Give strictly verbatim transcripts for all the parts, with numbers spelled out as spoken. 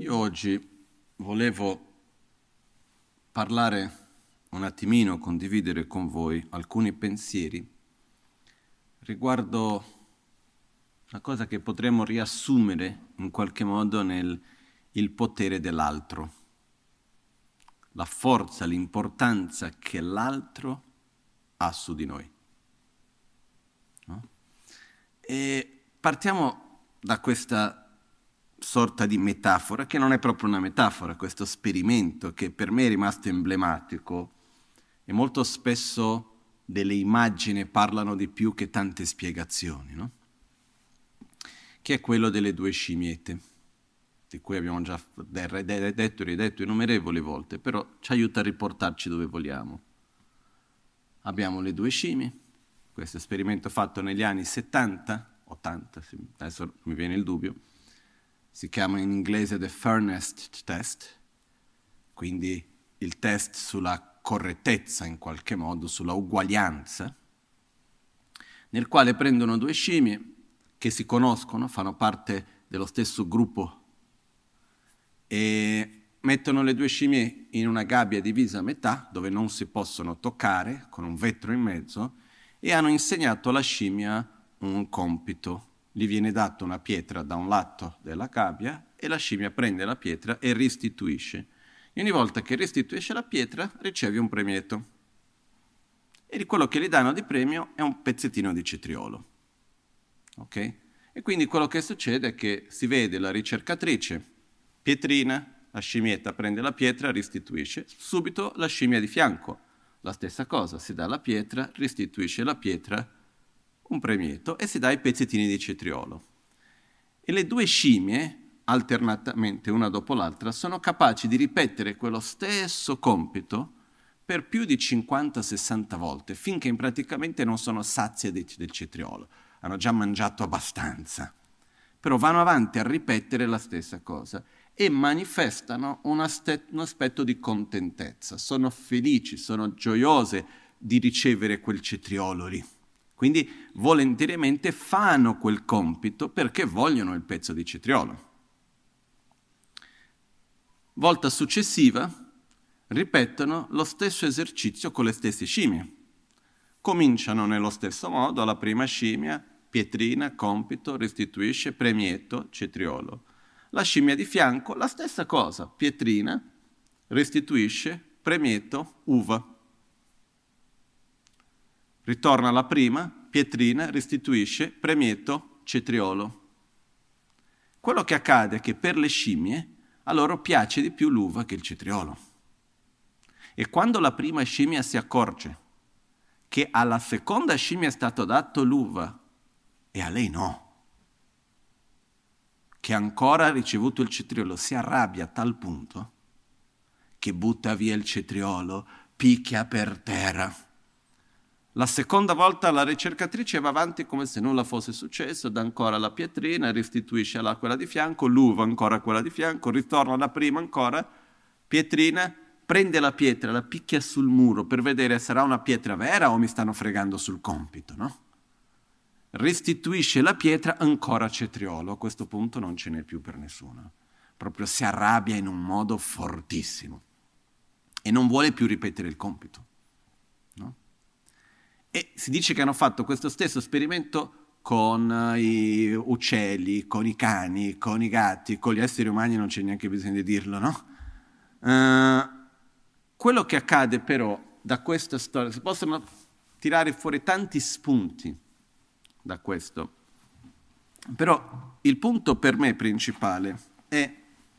Io oggi volevo parlare un attimino, condividere con voi alcuni pensieri riguardo una cosa che potremmo riassumere in qualche modo nel il potere dell'altro, la forza, l'importanza che l'altro ha su di noi. No? E partiamo da questa sorta di metafora, che non è proprio una metafora, questo esperimento che per me è rimasto emblematico e molto spesso delle immagini parlano di più che tante spiegazioni, no? Che è quello delle due scimmiette, di cui abbiamo già detto e ridetto innumerevoli volte, però ci aiuta a riportarci dove vogliamo. Abbiamo le due scimmie, questo esperimento fatto negli anni settanta, ottanta, adesso mi viene il dubbio, si chiama in inglese The Fairness Test, quindi il test sulla correttezza in qualche modo, sulla uguaglianza, nel quale prendono due scimmie che si conoscono, fanno parte dello stesso gruppo e mettono le due scimmie in una gabbia divisa a metà, dove non si possono toccare, con un vetro in mezzo, e hanno insegnato alla scimmia un compito. Gli viene data una pietra da un lato della gabbia e la scimmia prende la pietra e restituisce. E ogni volta che restituisce la pietra riceve un premietto. E di quello che gli danno di premio è un pezzettino di cetriolo. Ok? E quindi quello che succede è che si vede la ricercatrice, pietrina, la scimmietta prende la pietra, restituisce, subito la scimmia di fianco. La stessa cosa, si dà la pietra, restituisce la pietra, un premietto, e si dà i pezzettini di cetriolo. E le due scimmie, alternatamente una dopo l'altra, sono capaci di ripetere quello stesso compito per più di cinquanta sessanta volte, finché praticamente non sono sazie del cetriolo. Hanno già mangiato abbastanza. Però vanno avanti a ripetere la stessa cosa e manifestano un, aste- un aspetto di contentezza. Sono felici, sono gioiose di ricevere quel cetriolo lì. Quindi volontariamente fanno quel compito perché vogliono il pezzo di cetriolo. Volta successiva ripetono lo stesso esercizio con le stesse scimmie. Cominciano nello stesso modo, la prima scimmia, pietrina, compito, restituisce, premietto, cetriolo. La scimmia di fianco, la stessa cosa, pietrina, restituisce, premietto, uva. Ritorna la prima, pietrina, restituisce, premietto, cetriolo. Quello che accade è che per le scimmie a loro piace di più l'uva che il cetriolo. E quando la prima scimmia si accorge che alla seconda scimmia è stato dato l'uva e a lei no, che ancora ha ricevuto il cetriolo, si arrabbia a tal punto che butta via il cetriolo, picchia per terra. La seconda volta la ricercatrice va avanti come se nulla fosse successo, dà ancora la pietrina, restituisce alla quella di fianco, l'uva ancora quella di fianco, ritorna alla prima ancora, pietrina, prende la pietra, la picchia sul muro per vedere se sarà una pietra vera o mi stanno fregando sul compito, no? Restituisce la pietra, ancora cetriolo, a questo punto non ce n'è più per nessuno. Proprio si arrabbia in un modo fortissimo e non vuole più ripetere il compito, no? E si dice che hanno fatto questo stesso esperimento con i uccelli, con i cani, con i gatti, con gli esseri umani non c'è neanche bisogno di dirlo, no? Uh, quello che accade però da questa storia, si possono tirare fuori tanti spunti da questo, però il punto per me principale è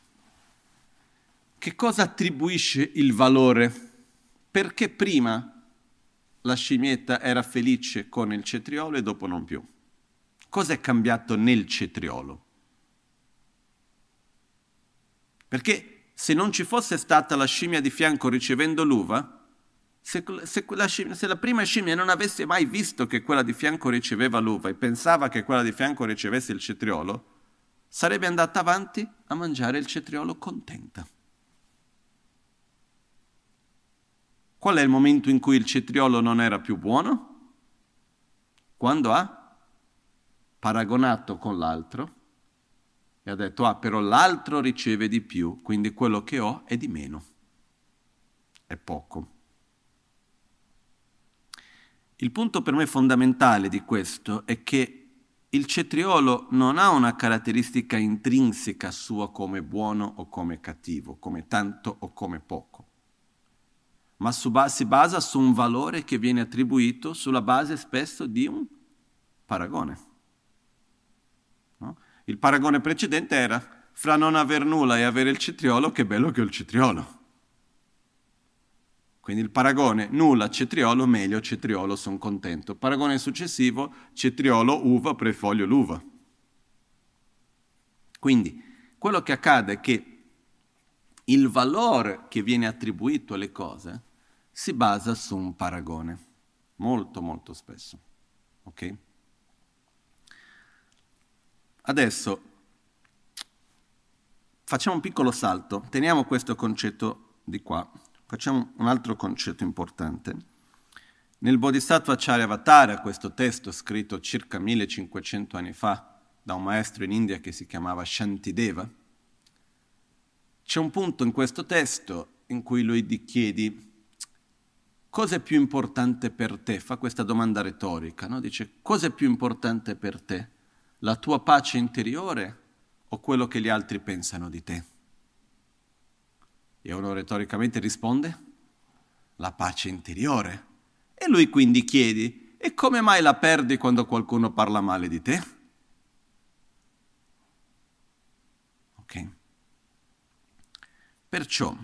che cosa attribuisce il valore, perché prima la scimmietta era felice con il cetriolo e dopo non più. Cosa è cambiato nel cetriolo? Perché se non ci fosse stata la scimmia di fianco ricevendo l'uva, se, se, la scimmia, se la prima scimmia non avesse mai visto che quella di fianco riceveva l'uva e pensava che quella di fianco ricevesse il cetriolo, sarebbe andata avanti a mangiare il cetriolo contenta. Qual è il momento in cui il cetriolo non era più buono? Quando ha paragonato con l'altro e ha detto, ah, però l'altro riceve di più, quindi quello che ho è di meno, è poco. Il punto per me fondamentale di questo è che il cetriolo non ha una caratteristica intrinseca sua come buono o come cattivo, come tanto o come poco, ma su ba- si basa su un valore che viene attribuito sulla base spesso di un paragone. No? Il paragone precedente era fra non aver nulla e avere il cetriolo, che bello che ho il cetriolo. Quindi il paragone nulla, cetriolo, meglio, cetriolo, sono contento. Paragone successivo, cetriolo, uva, prefoglio l'uva. Quindi quello che accade è che il valore che viene attribuito alle cose si basa su un paragone, molto molto spesso. Ok? Adesso facciamo un piccolo salto, teniamo questo concetto di qua. Facciamo un altro concetto importante. Nel Bodhisattva Acharyavatara, questo testo scritto circa millecinquecento anni fa da un maestro in India che si chiamava Shantideva, c'è un punto in questo testo in cui lui ti chiedi cosa è più importante per te? Fa questa domanda retorica, no? Dice, cosa è più importante per te? La tua pace interiore o quello che gli altri pensano di te? E uno retoricamente risponde, la pace interiore. E lui quindi chiede, e come mai la perdi quando qualcuno parla male di te? Ok? Perciò,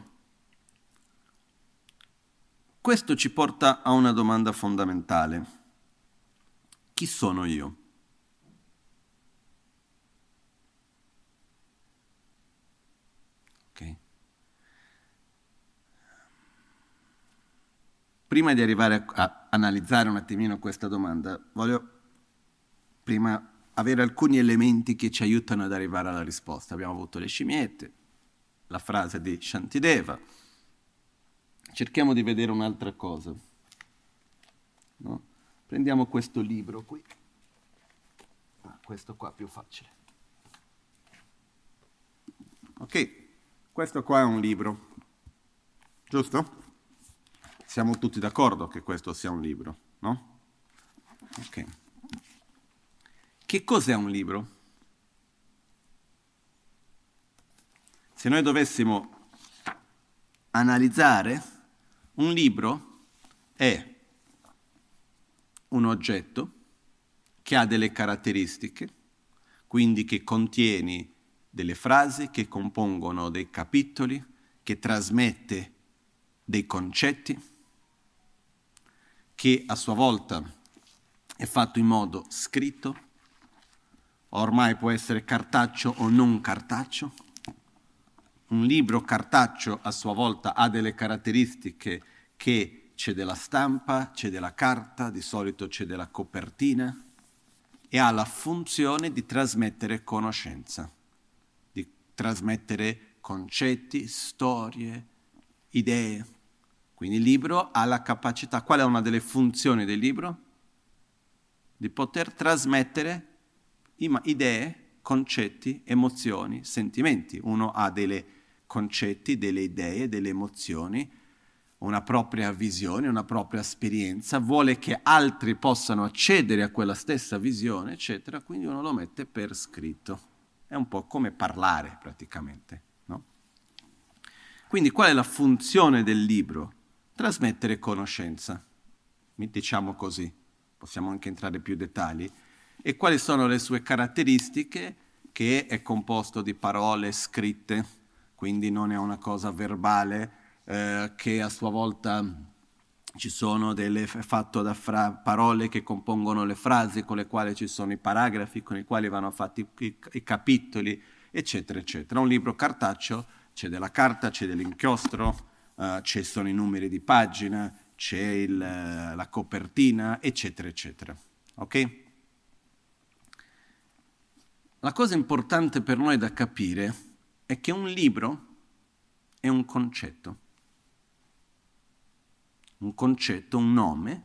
questo ci porta a una domanda fondamentale. Chi sono io? Ok? Prima di arrivare a, a analizzare un attimino questa domanda, voglio prima avere alcuni elementi che ci aiutano ad arrivare alla risposta. Abbiamo avuto le scimmiette, la frase di Shantideva. Cerchiamo di vedere un'altra cosa. No? Prendiamo questo libro qui. Ah, questo qua è più facile. Ok, questo qua è un libro, giusto? Siamo tutti d'accordo che questo sia un libro, no? Ok. Che cos'è un libro? Se noi dovessimo analizzare, un libro è un oggetto che ha delle caratteristiche, quindi che contiene delle frasi, che compongono dei capitoli, che trasmette dei concetti, che a sua volta è fatto in modo scritto, ormai può essere cartaceo o non cartaceo. Un libro cartaceo a sua volta ha delle caratteristiche che c'è della stampa, c'è della carta, di solito c'è della copertina e ha la funzione di trasmettere conoscenza, di trasmettere concetti, storie, idee. Quindi il libro ha la capacità, qual è una delle funzioni del libro? Di poter trasmettere idee, concetti, emozioni, sentimenti. Uno ha dei concetti, delle idee, delle emozioni, una propria visione, una propria esperienza, vuole che altri possano accedere a quella stessa visione, eccetera, quindi uno lo mette per scritto. È un po' come parlare praticamente, no? Quindi qual è la funzione del libro? Trasmettere conoscenza, diciamo così, possiamo anche entrare in più dettagli. E quali sono le sue caratteristiche? Che è composto di parole scritte, quindi non è una cosa verbale, eh, che a sua volta ci sono delle, è fatto da fra, parole che compongono le frasi, con le quali ci sono i paragrafi, con i quali vanno fatti i, i capitoli, eccetera, eccetera. Un libro cartaceo, c'è della carta, c'è dell'inchiostro, Uh, ci sono i numeri di pagina, c'è il, uh, la copertina, eccetera, eccetera. Ok? La cosa importante per noi da capire è che un libro è un concetto. Un concetto, un nome,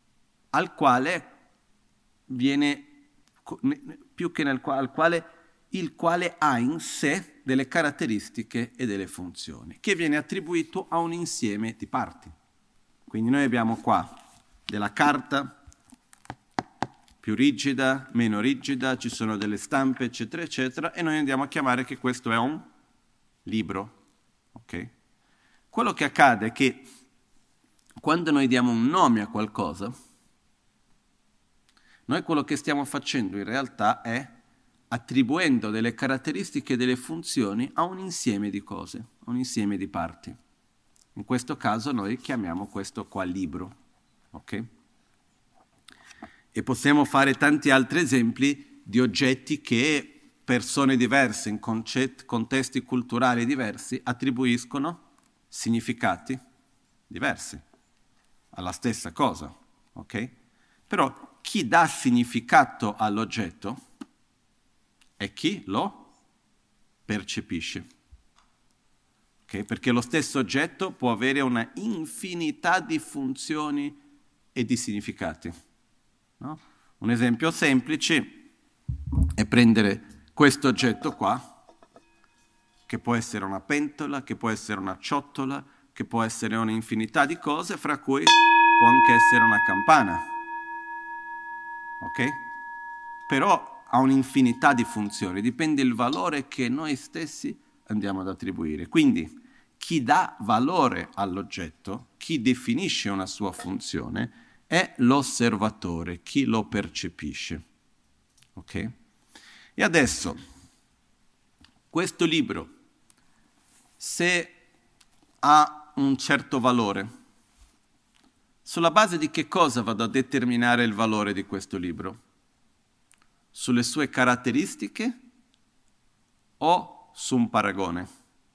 al quale viene, più che nel, al quale il quale ha in sé delle caratteristiche e delle funzioni, che viene attribuito a un insieme di parti. Quindi noi abbiamo qua della carta più rigida, meno rigida, ci sono delle stampe, eccetera, eccetera, e noi andiamo a chiamare che questo è un libro. Okay? Quello che accade è che quando noi diamo un nome a qualcosa, noi quello che stiamo facendo in realtà è attribuendo delle caratteristiche e delle funzioni a un insieme di cose, a un insieme di parti. In questo caso noi chiamiamo questo qua libro. Ok? E possiamo fare tanti altri esempi di oggetti che persone diverse, in concet- contesti culturali diversi, attribuiscono significati diversi alla stessa cosa. Ok? Però chi dà significato all'oggetto è chi lo percepisce. Okay? Perché lo stesso oggetto può avere una infinità di funzioni e di significati. No? Un esempio semplice è prendere questo oggetto qua, che può essere una pentola, che può essere una ciotola, che può essere un'infinità di cose, fra cui può anche essere una campana. Ok? Però ha un'infinità di funzioni, dipende il valore che noi stessi andiamo ad attribuire. Quindi chi dà valore all'oggetto, chi definisce una sua funzione, è l'osservatore, chi lo percepisce. Ok? E adesso, questo libro, se ha un certo valore, sulla base di che cosa vado a determinare il valore di questo libro? Sulle sue caratteristiche o su un paragone?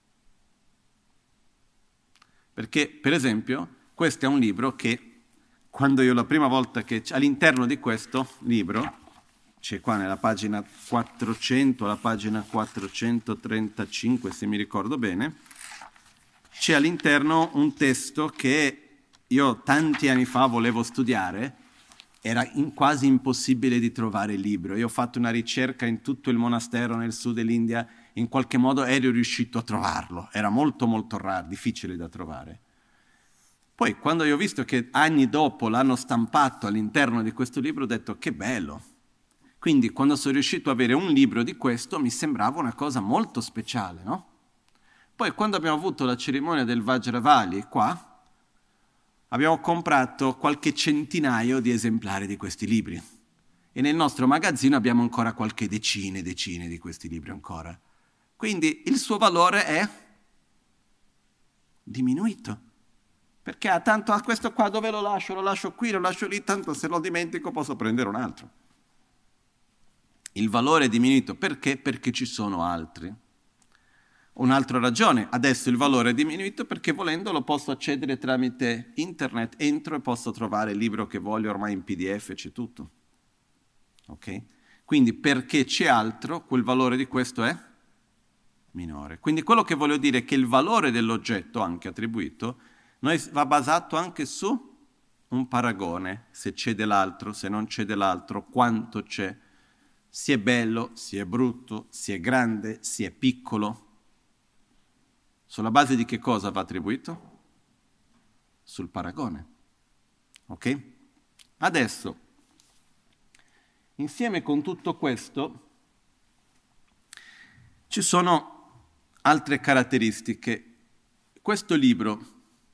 Perché, per esempio, questo è un libro che, quando io la prima volta che all'interno di questo libro, c'è qua nella pagina quattrocento, la pagina quattrocentotrentacinque, se mi ricordo bene, c'è all'interno un testo che io tanti anni fa volevo studiare, era in, quasi impossibile di trovare il libro. Io ho fatto una ricerca in tutto il monastero nel sud dell'India, in qualche modo ero riuscito a trovarlo, era molto molto raro, difficile da trovare. Poi quando io ho visto che anni dopo l'hanno stampato all'interno di questo libro, ho detto che bello. Quindi quando sono riuscito ad avere un libro di questo mi sembrava una cosa molto speciale, no? Poi quando abbiamo avuto la cerimonia del Vajravali qua, abbiamo comprato qualche centinaio di esemplari di questi libri. E nel nostro magazzino abbiamo ancora qualche decine e decine di questi libri ancora. Quindi il suo valore è diminuito. Perché ah, tanto a questo qua dove lo lascio? Lo lascio qui, lo lascio lì, tanto se lo dimentico posso prendere un altro. Il valore è diminuito. Perché? Perché ci sono altri. Un'altra ragione, adesso il valore è diminuito perché volendo lo posso accedere tramite internet, entro e posso trovare il libro che voglio, ormai in P D F c'è tutto. Ok? Quindi perché c'è altro, quel valore di questo è minore. Quindi quello che voglio dire è che il valore dell'oggetto, anche attribuito, noi va basato anche su un paragone, se c'è dell'altro, se non c'è dell'altro, quanto c'è, se è bello, se è brutto, se è grande, se è piccolo. Sulla base di che cosa va attribuito? Sul paragone. Ok? Adesso, insieme con tutto questo, ci sono altre caratteristiche. Questo libro,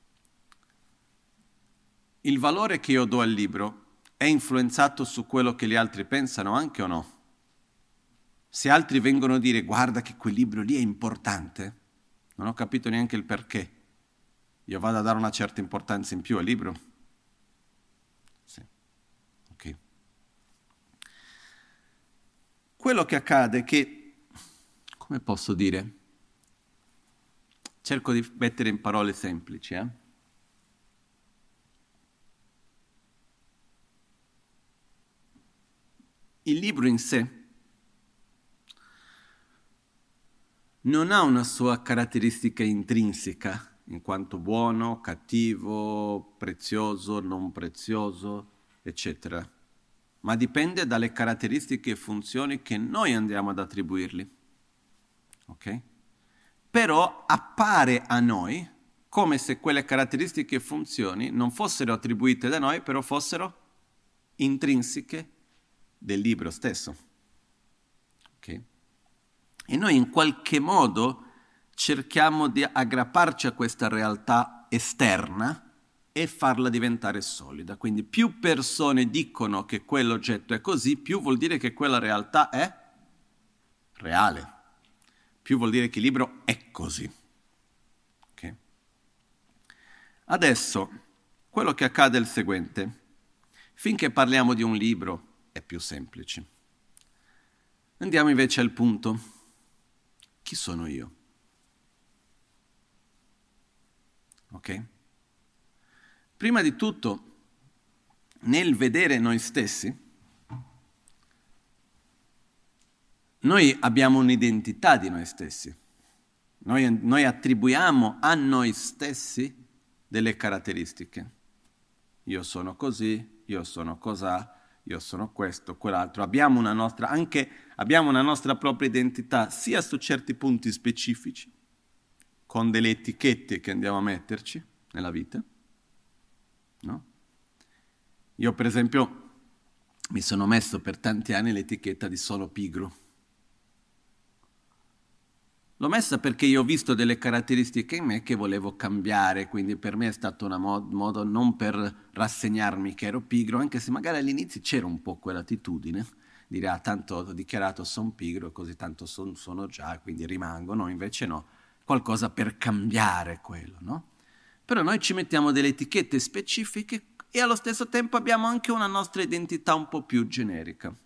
il valore che io do al libro è influenzato su quello che gli altri pensano anche o no? Se altri vengono a dire guarda che quel libro lì è importante, non ho capito neanche il perché. Io vado a dare una certa importanza in più al libro? Sì. Ok. Quello che accade è che, come posso dire? Cerco di mettere in parole semplici, eh? Il libro in sé non ha una sua caratteristica intrinseca, in quanto buono, cattivo, prezioso, non prezioso, eccetera. ma dipende dalle caratteristiche e funzioni che noi andiamo ad attribuirgli. Ok? Però appare a noi come se quelle caratteristiche e funzioni non fossero attribuite da noi, però fossero intrinseche del libro stesso. Ok? E noi in qualche modo cerchiamo di aggrapparci a questa realtà esterna e farla diventare solida. Quindi più persone dicono che quell'oggetto è così, più vuol dire che quella realtà è reale. Più vuol dire che il libro è così. Okay? Adesso, quello che accade è il seguente. Finché parliamo di un libro è più semplice. Andiamo invece al punto. Chi sono io? Ok? Prima di tutto, nel vedere noi stessi, noi abbiamo un'identità di noi stessi. Noi, noi attribuiamo a noi stessi delle caratteristiche. Io sono così, io sono cosà, io sono questo, quell'altro. Abbiamo una nostra, anche abbiamo una nostra propria identità, sia su certi punti specifici, con delle etichette che andiamo a metterci nella vita. No? Io per esempio mi sono messo per tanti anni l'etichetta di sono pigro. L'ho messa perché io ho visto delle caratteristiche in me che volevo cambiare, quindi per me è stato un mod- modo non per rassegnarmi che ero pigro, anche se magari all'inizio c'era un po' quell'attitudine, dire ah tanto ho dichiarato sono pigro, così tanto son, sono già, quindi rimango, no, invece no, qualcosa per cambiare quello, no? Però noi ci mettiamo delle etichette specifiche e allo stesso tempo abbiamo anche una nostra identità un po' più generica.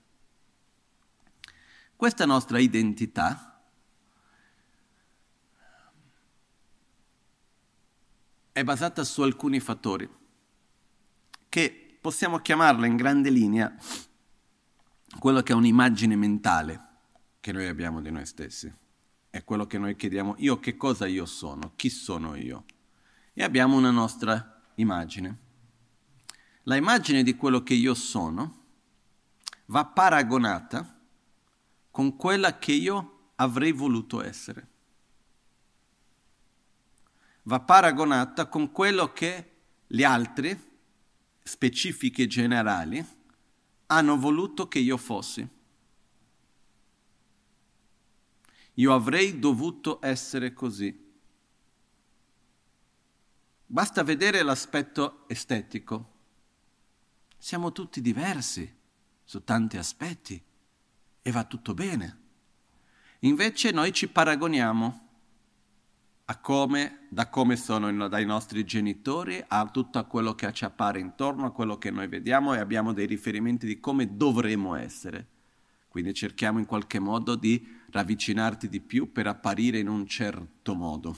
Questa nostra identità è basata su alcuni fattori che possiamo chiamarla in grande linea quello che è un'immagine mentale che noi abbiamo di noi stessi. È quello che noi chiediamo, io che cosa io sono, chi sono io? E abbiamo una nostra immagine. La immagine di quello che io sono va paragonata con quella che io avrei voluto essere. Va paragonata con quello che gli altri, specifiche e generali, hanno voluto che io fossi. Io avrei dovuto essere così. Basta vedere l'aspetto estetico. Siamo tutti diversi su tanti aspetti e va tutto bene. Invece noi ci paragoniamo a come, da come sono dai nostri genitori a tutto quello che ci appare intorno, a quello che noi vediamo e abbiamo dei riferimenti di come dovremmo essere. Quindi cerchiamo in qualche modo di ravvicinarti di più per apparire in un certo modo.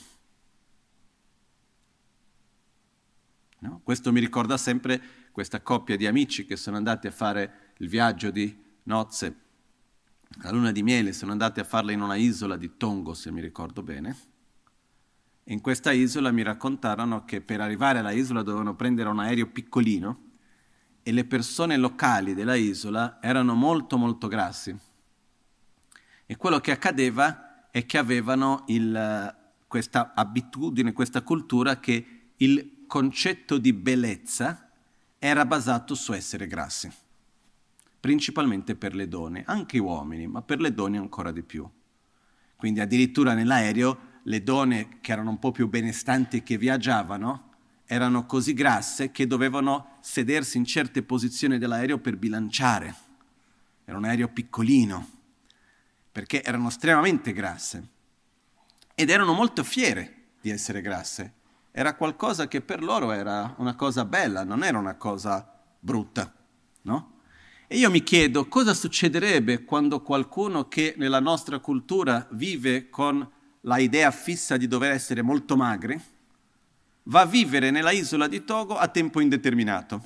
No? Questo mi ricorda sempre questa coppia di amici che sono andati a fare il viaggio di nozze, la luna di miele, sono andati a farla in una isola di Tongo, se mi ricordo bene. In questa isola mi raccontarono che per arrivare alla isola dovevano prendere un aereo piccolino e le persone locali della isola erano molto molto grassi. E quello che accadeva è che avevano il, questa abitudine, questa cultura che il concetto di bellezza era basato su essere grassi, principalmente per le donne, anche gli uomini, ma per le donne ancora di più. Quindi addirittura nell'aereo le donne che erano un po' più benestanti e che viaggiavano erano così grasse che dovevano sedersi in certe posizioni dell'aereo per bilanciare. Era un aereo piccolino, perché erano estremamente grasse. Ed erano molto fiere di essere grasse. Era qualcosa che per loro era una cosa bella, non era una cosa brutta, no? E io mi chiedo cosa succederebbe quando qualcuno che nella nostra cultura vive con la idea fissa di dover essere molto magri, va a vivere nella isola di Togo a tempo indeterminato.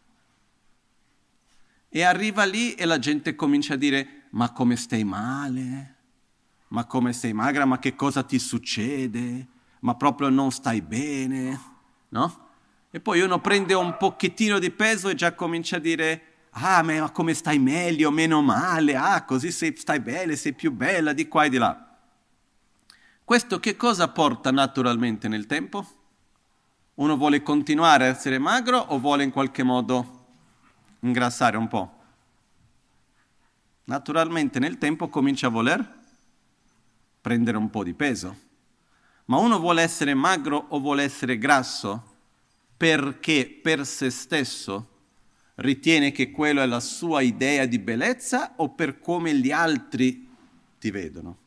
E arriva lì e la gente comincia a dire, ma come stai male? Ma come sei magra? Ma che cosa ti succede? Ma proprio non stai bene? No? E poi uno prende un pochettino di peso e già comincia a dire, Ah, ma come stai meglio, meno male, ah, così sei, stai bene, sei più bella, di qua e di là. Questo che cosa porta naturalmente nel tempo? Uno vuole continuare a essere magro o vuole in qualche modo ingrassare un po'? Naturalmente nel tempo comincia a voler prendere un po' di peso. Ma uno vuole essere magro o vuole essere grasso perché per se stesso ritiene che quello è la sua idea di bellezza o per come gli altri ti vedono?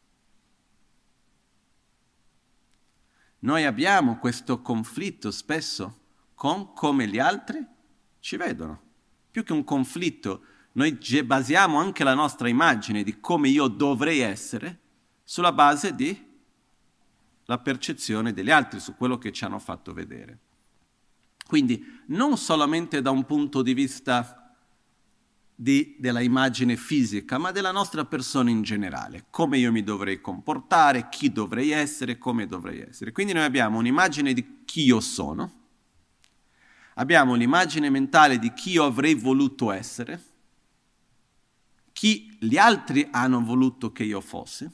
Noi abbiamo questo conflitto spesso con come gli altri ci vedono. Più che un conflitto, noi basiamo anche la nostra immagine di come io dovrei essere sulla base di la percezione degli altri, su quello che ci hanno fatto vedere. Quindi non solamente da un punto di vista di, della immagine fisica, ma della nostra persona in generale, come io mi dovrei comportare, chi dovrei essere, come dovrei essere. Quindi noi abbiamo un'immagine di chi io sono, abbiamo l'immagine mentale di chi io avrei voluto essere, chi gli altri hanno voluto che io fossi,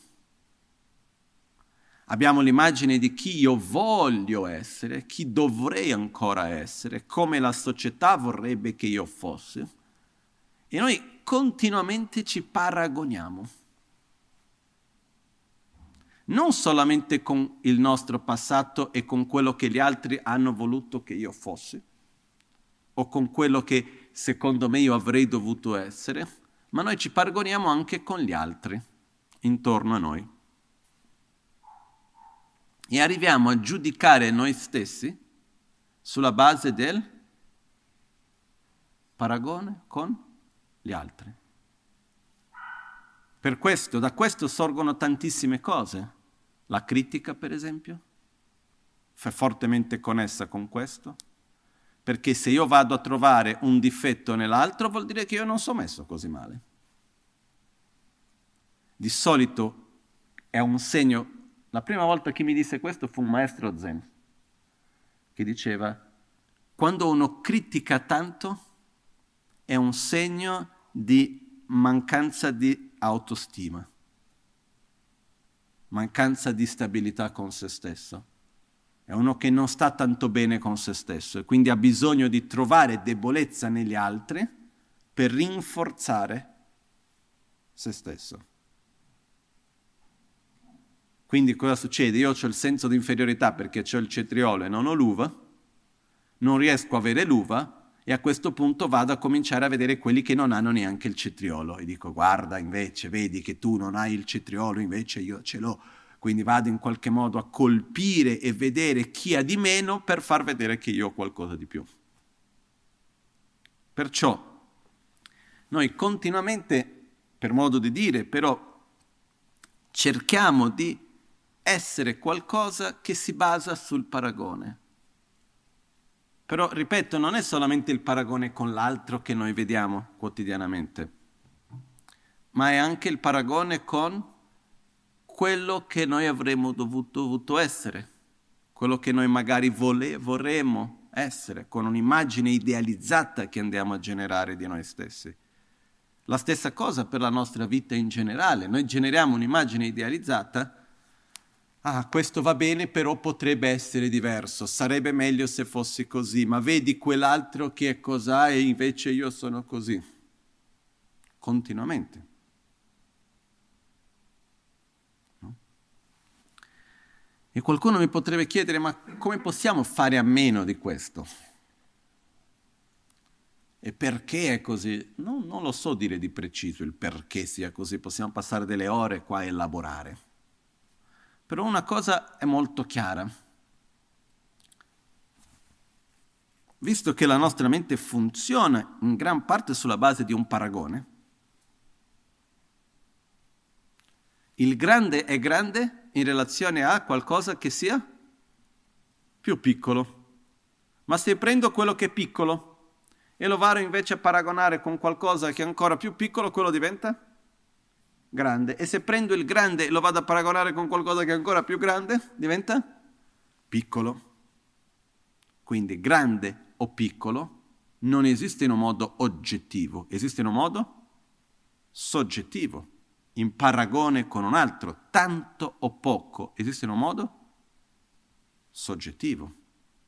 abbiamo l'immagine di chi io voglio essere, chi dovrei ancora essere, come la società vorrebbe che io fossi. E noi continuamente ci paragoniamo. Non solamente con il nostro passato e con quello che gli altri hanno voluto che io fossi, o con quello che secondo me io avrei dovuto essere, ma noi ci paragoniamo anche con gli altri intorno a noi. E arriviamo a giudicare noi stessi sulla base del paragone con gli altri. Per questo, da questo sorgono tantissime cose. La critica, per esempio, è fortemente connessa con questo, perché se io vado a trovare un difetto nell'altro vuol dire che io non sono messo così male. Di solito è un segno. La prima volta che mi disse questo fu un maestro Zen, che diceva, quando uno critica tanto è un segno di mancanza di autostima, mancanza di stabilità con se stesso. È uno che non sta tanto bene con se stesso e quindi ha bisogno di trovare debolezza negli altri per rinforzare se stesso. Quindi cosa succede? Io ho il senso di inferiorità perché ho il cetriolo e non ho l'uva, non riesco a avere l'uva e a questo punto vado a cominciare a vedere quelli che non hanno neanche il cetriolo e dico guarda invece vedi che tu non hai il cetriolo, invece io ce l'ho. Quindi vado in qualche modo a colpire e vedere chi ha di meno per far vedere che io ho qualcosa di più. Perciò noi continuamente, per modo di dire, però cerchiamo di essere qualcosa che si basa sul paragone. Però, ripeto, non è solamente il paragone con l'altro che noi vediamo quotidianamente, ma è anche il paragone con quello che noi avremmo dovuto, dovuto essere, quello che noi magari vole, vorremmo essere, con un'immagine idealizzata che andiamo a generare di noi stessi. La stessa cosa per la nostra vita in generale. Noi generiamo un'immagine idealizzata. Ah, questo va bene, però potrebbe essere diverso. Sarebbe meglio se fossi così, ma vedi quell'altro che è cos'ha e invece io sono così. Continuamente. No? E qualcuno mi potrebbe chiedere, ma come possiamo fare a meno di questo? E perché è così? No, non lo so dire di preciso il perché sia così, possiamo passare delle ore qua a elaborare. Però una cosa è molto chiara. Visto che la nostra mente funziona in gran parte sulla base di un paragone, il grande è grande in relazione a qualcosa che sia più piccolo. Ma se prendo quello che è piccolo e lo vado invece a paragonare con qualcosa che è ancora più piccolo, quello diventa grande. E se prendo il grande e lo vado a paragonare con qualcosa che è ancora più grande, diventa piccolo. Quindi grande o piccolo non esiste in un modo oggettivo, esiste in un modo soggettivo, in paragone con un altro, tanto o poco, esiste in un modo soggettivo.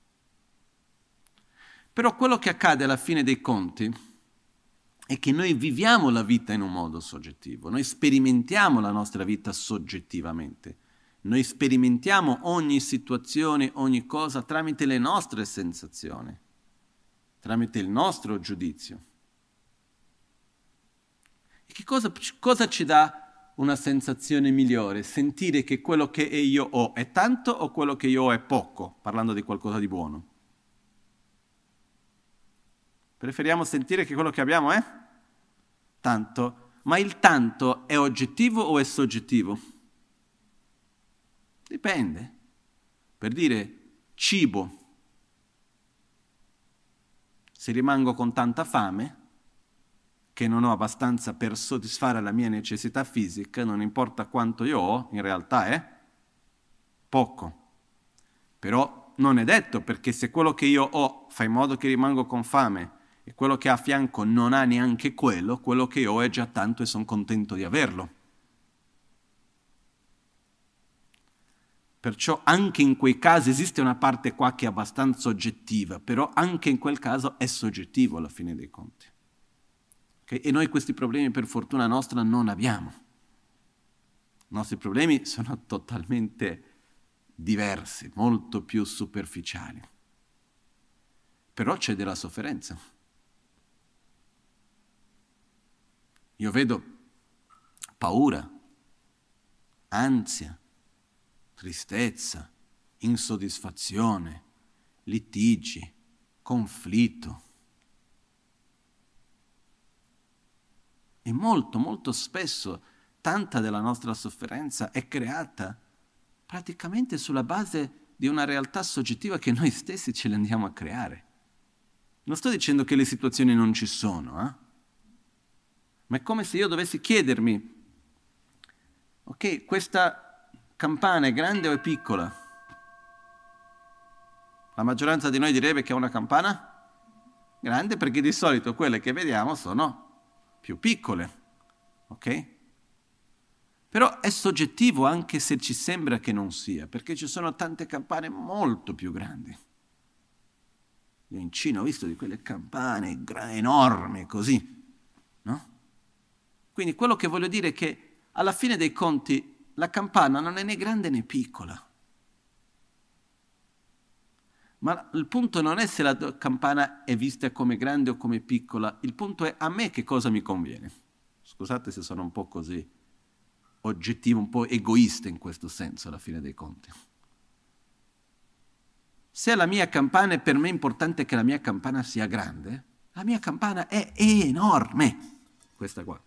Però quello che accade alla fine dei conti è che noi viviamo la vita in un modo soggettivo, noi sperimentiamo la nostra vita soggettivamente, noi sperimentiamo ogni situazione, ogni cosa tramite le nostre sensazioni, tramite il nostro giudizio. E che cosa, cosa ci dà una sensazione migliore? Sentire che quello che io ho è tanto o quello che io ho è poco, parlando di qualcosa di buono? Preferiamo sentire che quello che abbiamo è tanto, ma il tanto è oggettivo o è soggettivo? Dipende. Per dire cibo, se rimango con tanta fame, che non ho abbastanza per soddisfare la mia necessità fisica, non importa quanto io ho, in realtà è poco. Però non è detto, perché se quello che io ho fa in modo che rimango con fame e quello che ha a fianco non ha neanche quello, quello che ho è già tanto e sono contento di averlo. Perciò anche in quei casi esiste una parte qua che è abbastanza oggettiva, però anche in quel caso è soggettivo alla fine dei conti. Okay? E noi questi problemi per fortuna nostra non abbiamo. I nostri problemi sono totalmente diversi, molto più superficiali. Però c'è della sofferenza. Io vedo paura, ansia, tristezza, insoddisfazione, litigi, conflitto. E molto, molto spesso tanta della nostra sofferenza è creata praticamente sulla base di una realtà soggettiva che noi stessi ce le andiamo a creare. Non sto dicendo che le situazioni non ci sono, eh? Ma è come se io dovessi chiedermi, ok, questa campana è grande o è piccola? La maggioranza di noi direbbe che è una campana grande, perché di solito quelle che vediamo sono più piccole, ok? Però è soggettivo anche se ci sembra che non sia, perché ci sono tante campane molto più grandi. Io in Cina ho visto di quelle campane gra- enormi così, no? Quindi quello che voglio dire è che alla fine dei conti la campana non è né grande né piccola. Ma il punto non è se la campana è vista come grande o come piccola, il punto è a me che cosa mi conviene. Scusate se sono un po' così oggettivo, un po' egoista in questo senso alla fine dei conti. Se la mia campana è per me importante che la mia campana sia grande, la mia campana è enorme, questa qua.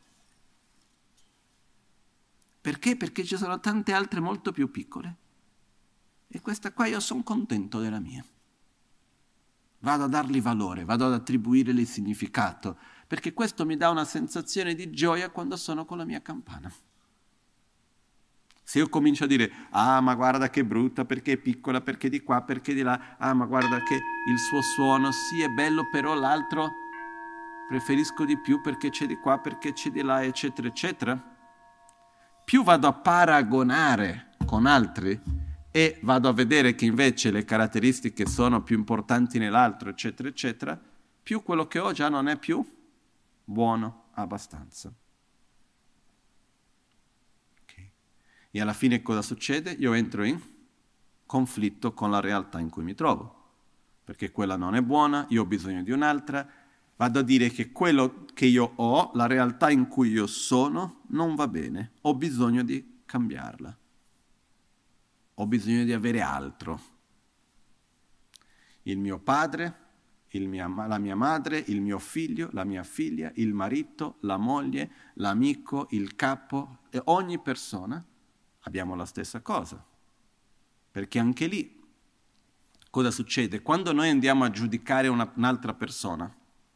Perché? Perché ci sono tante altre molto più piccole e questa qua io sono contento della mia. Vado a dargli valore, vado ad attribuirle il significato, perché questo mi dà una sensazione di gioia quando sono con la mia campana. Se io comincio a dire, ah ma guarda che brutta, perché è piccola, perché di qua, perché di là, ah ma guarda che il suo suono, sì è bello, però l'altro preferisco di più perché c'è di qua, perché c'è di là, eccetera, eccetera, più vado a paragonare con altri e vado a vedere che invece le caratteristiche sono più importanti nell'altro, eccetera, eccetera, più quello che ho già non è più buono abbastanza. Okay. E alla fine cosa succede? Io entro in conflitto con la realtà in cui mi trovo, perché quella non è buona, io ho bisogno di un'altra, vado a dire che quello che io ho, la realtà in cui io sono, non va bene, ho bisogno di cambiarla. Ho bisogno di avere altro. Il mio padre, il mia, la mia madre, il mio figlio, la mia figlia, il marito, la moglie, l'amico, il capo, e ogni persona abbiamo la stessa cosa. Perché anche lì, cosa succede? Quando noi andiamo a giudicare una, un'altra persona,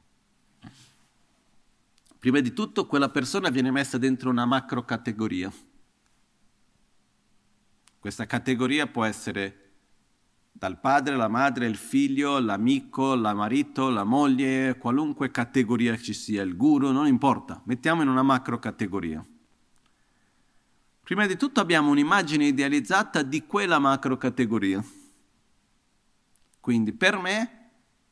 prima di tutto quella persona viene messa dentro una macro categoria. Questa categoria può essere dal padre, la madre, il figlio, l'amico, la marito, la moglie, qualunque categoria ci sia, il guru, non importa, mettiamo in una macro categoria. Prima di tutto abbiamo un'immagine idealizzata di quella macro categoria. Quindi per me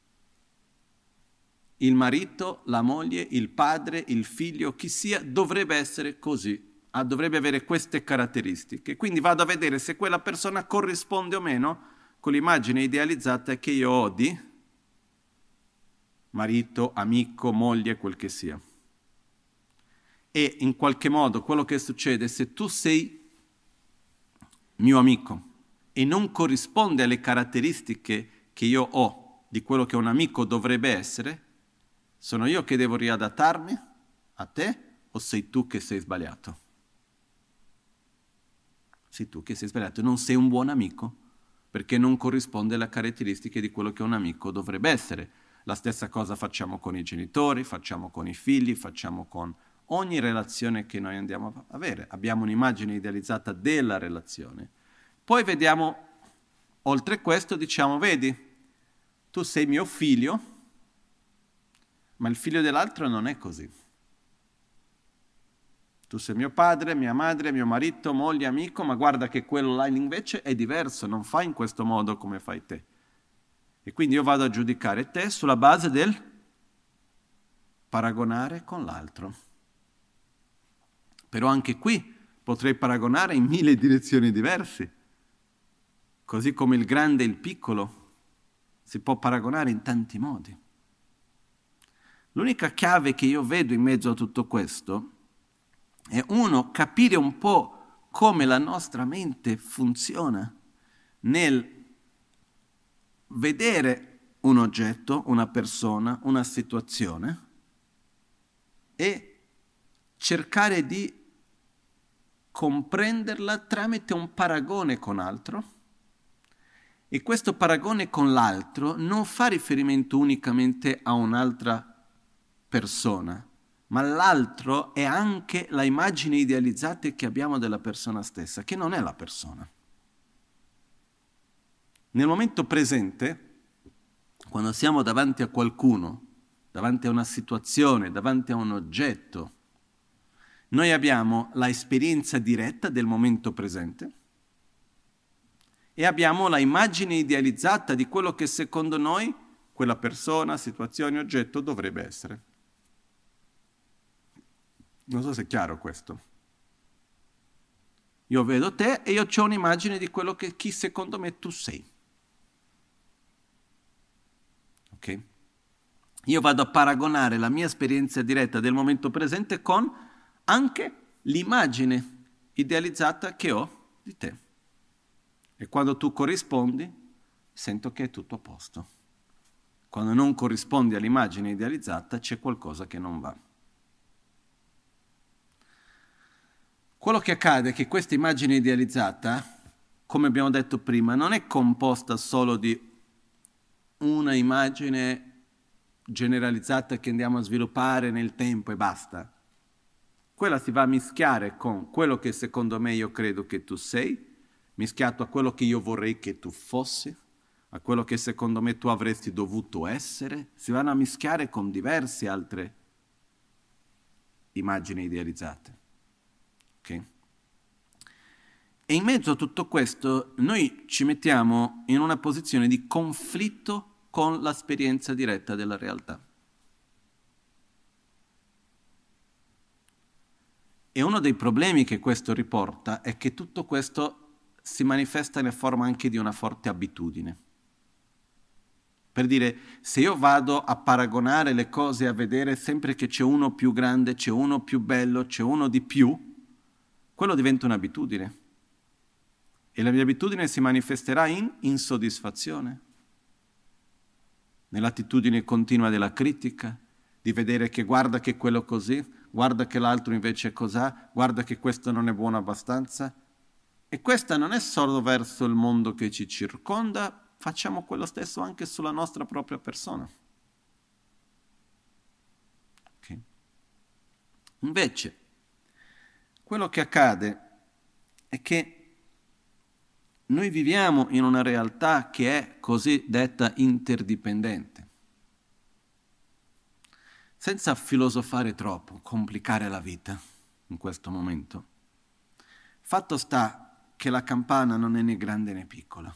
il marito, la moglie, il padre, il figlio, chi sia, dovrebbe essere così, ah, dovrebbe avere queste caratteristiche. Quindi vado a vedere se quella persona corrisponde o meno con l'immagine idealizzata che io ho di marito, amico, moglie, quel che sia. E in qualche modo quello che succede, se tu sei mio amico e non corrisponde alle caratteristiche che io ho di quello che un amico dovrebbe essere, sono io che devo riadattarmi a te o sei tu che sei sbagliato? Sei tu che sei sbagliato, non sei un buon amico perché non corrisponde alle caratteristiche di quello che un amico dovrebbe essere. La stessa cosa facciamo con i genitori, facciamo con i figli, facciamo con ogni relazione che noi andiamo a avere. Abbiamo un'immagine idealizzata della relazione. Poi vediamo, oltre questo, diciamo, vedi, tu sei mio figlio, ma il figlio dell'altro non è così. Tu sei mio padre, mia madre, mio marito, moglie, amico, ma guarda che quello là invece è diverso, non fa in questo modo come fai te. E quindi io vado a giudicare te sulla base del paragonare con l'altro. Però anche qui potrei paragonare in mille direzioni diverse. Così come il grande e il piccolo si può paragonare in tanti modi. L'unica chiave che io vedo in mezzo a tutto questo è uno, capire un po' come la nostra mente funziona nel vedere un oggetto, una persona, una situazione e cercare di comprenderla tramite un paragone con altro. E questo paragone con l'altro non fa riferimento unicamente a un'altra persona, ma l'altro è anche la immagine idealizzata che abbiamo della persona stessa, che non è la persona. Nel momento presente, quando siamo davanti a qualcuno, davanti a una situazione, davanti a un oggetto, noi abbiamo la esperienza diretta del momento presente e abbiamo la immagine idealizzata di quello che secondo noi quella persona, situazione, oggetto dovrebbe essere. Non so se è chiaro questo. Io vedo te e io ho un'immagine di quello che chi secondo me tu sei. Ok? Io vado a paragonare la mia esperienza diretta del momento presente con anche l'immagine idealizzata che ho di te. E quando tu corrispondi, sento che è tutto a posto. Quando non corrispondi all'immagine idealizzata, c'è qualcosa che non va. Quello che accade è che questa immagine idealizzata, come abbiamo detto prima, non è composta solo di una immagine generalizzata che andiamo a sviluppare nel tempo e basta. Quella si va a mischiare con quello che secondo me io credo che tu sei, mischiato a quello che io vorrei che tu fossi, a quello che secondo me tu avresti dovuto essere, si vanno a mischiare con diverse altre immagini idealizzate. Okay? E in mezzo a tutto questo noi ci mettiamo in una posizione di conflitto con l'esperienza diretta della realtà. E uno dei problemi che questo riporta è che tutto questo si manifesta nella forma anche di una forte abitudine. Per dire, se io vado a paragonare le cose, a vedere sempre che c'è uno più grande, c'è uno più bello, c'è uno di più, quello diventa un'abitudine. E la mia abitudine si manifesterà in insoddisfazione, nell'attitudine continua della critica, di vedere che guarda che quello così, guarda che l'altro invece è cos'ha, guarda che questo non è buono abbastanza. E questa non è solo verso il mondo che ci circonda, facciamo quello stesso anche sulla nostra propria persona. Okay. Invece, quello che accade è che noi viviamo in una realtà che è cosiddetta interdipendente. Senza filosofare troppo, complicare la vita in questo momento, fatto sta che la campana non è né grande né piccola.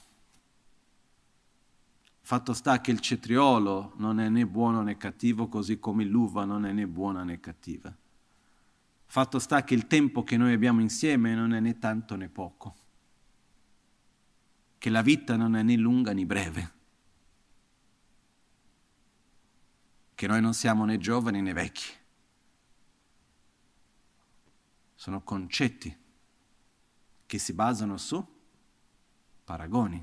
Fatto sta che il cetriolo non è né buono né cattivo, così come l'uva non è né buona né cattiva. Fatto sta che il tempo che noi abbiamo insieme non è né tanto né poco, che la vita non è né lunga né breve, che noi non siamo né giovani né vecchi. Sono concetti che si basano su paragoni.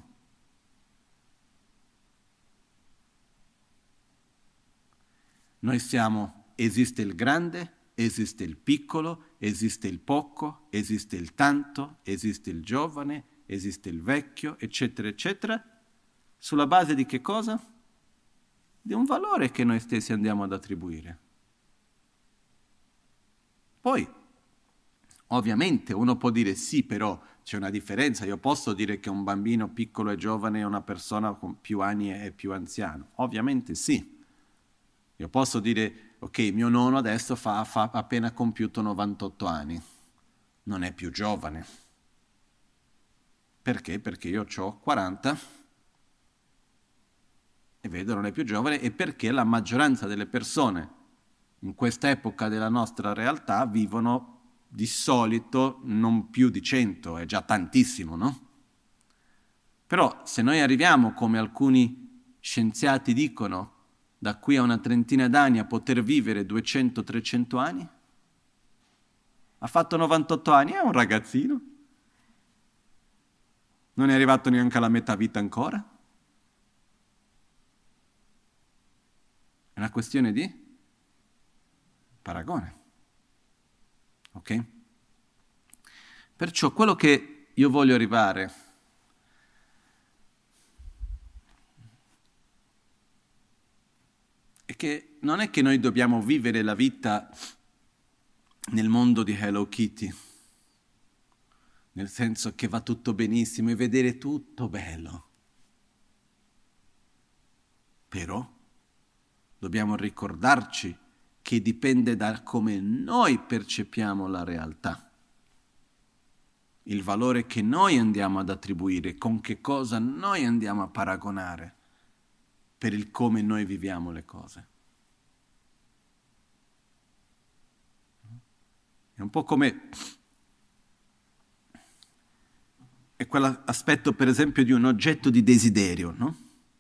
Noi siamo, esiste il grande, esiste il piccolo, esiste il poco, esiste il tanto, esiste il giovane, esiste il vecchio, eccetera, eccetera, sulla base di che cosa? Di un valore che noi stessi andiamo ad attribuire. Poi, ovviamente, uno può dire sì, però c'è una differenza. Io posso dire che un bambino piccolo e giovane è una persona con più anni e più anziano. Ovviamente sì. Io posso dire, ok, mio nonno adesso fa, fa appena compiuto novantotto anni. Non è più giovane. Perché? Perché io ho quaranta e vedo non è più giovane, e perché la maggioranza delle persone in questa epoca della nostra realtà vivono di solito non più di cento, è già tantissimo, no? Però se noi arriviamo, come alcuni scienziati dicono, da qui a una trentina d'anni a poter vivere duecento trecento anni, ha fatto novantotto anni, è un ragazzino, non è arrivato neanche alla metà vita ancora. È una questione di paragone. Ok? Perciò quello che io voglio arrivare è che non è che noi dobbiamo vivere la vita nel mondo di Hello Kitty, nel senso che va tutto benissimo e vedere tutto bello. Però dobbiamo ricordarci che dipende da come noi percepiamo la realtà, il valore che noi andiamo ad attribuire, con che cosa noi andiamo a paragonare per il come noi viviamo le cose. È un po' come è quell'aspetto, per esempio, di un oggetto di desiderio, no?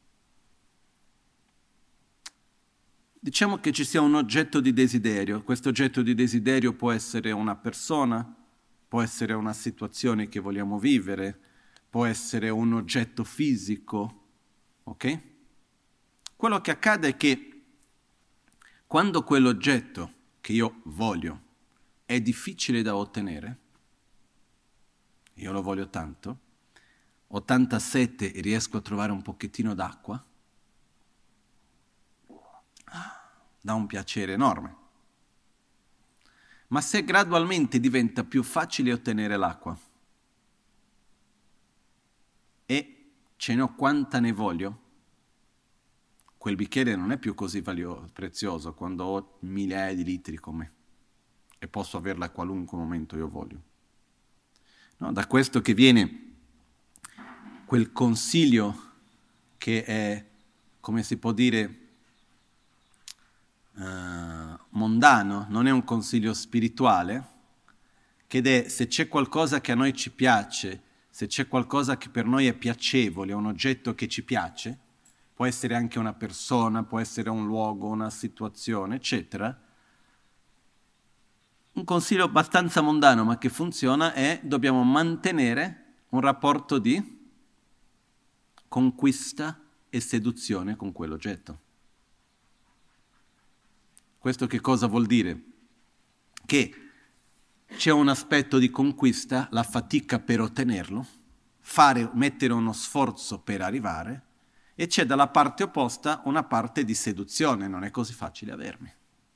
Diciamo che ci sia un oggetto di desiderio. Questo oggetto di desiderio può essere una persona, può essere una situazione che vogliamo vivere, può essere un oggetto fisico, ok? Quello che accade è che quando quell'oggetto che io voglio è difficile da ottenere, io lo voglio tanto, ho tanta sete e riesco a trovare un pochettino d'acqua, dà un piacere enorme. Ma se gradualmente diventa più facile ottenere l'acqua e ce ne ho quanta ne voglio, quel bicchiere non è più così valioso, prezioso quando ho migliaia di litri con me e posso averla a qualunque momento io voglio. No, da questo che viene quel consiglio che è, come si può dire, Uh, mondano, non è un consiglio spirituale, che è se c'è qualcosa che a noi ci piace, se c'è qualcosa che per noi è piacevole, un oggetto che ci piace, può essere anche una persona, può essere un luogo, una situazione, eccetera. Un consiglio abbastanza mondano ma che funziona è: dobbiamo mantenere un rapporto di conquista e seduzione con quell'oggetto. Questo che cosa vuol dire? Che c'è un aspetto di conquista, la fatica per ottenerlo, fare, mettere uno sforzo per arrivare, e c'è dalla parte opposta una parte di seduzione, non è così facile avermi.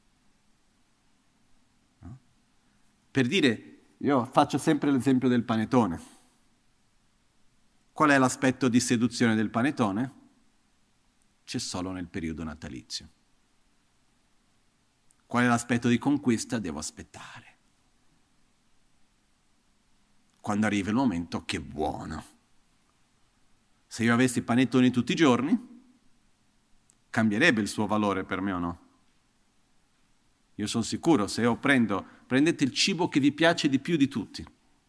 No? Per dire, io faccio sempre l'esempio del panettone. Qual è l'aspetto di seduzione del panettone? C'è solo nel periodo natalizio. Qual è l'aspetto di conquista? Devo aspettare. Quando arriva il momento, che buono. Se io avessi panettoni tutti i giorni, cambierebbe il suo valore per me o no? Io sono sicuro, se io prendo, prendete il cibo che vi piace di più di tutti,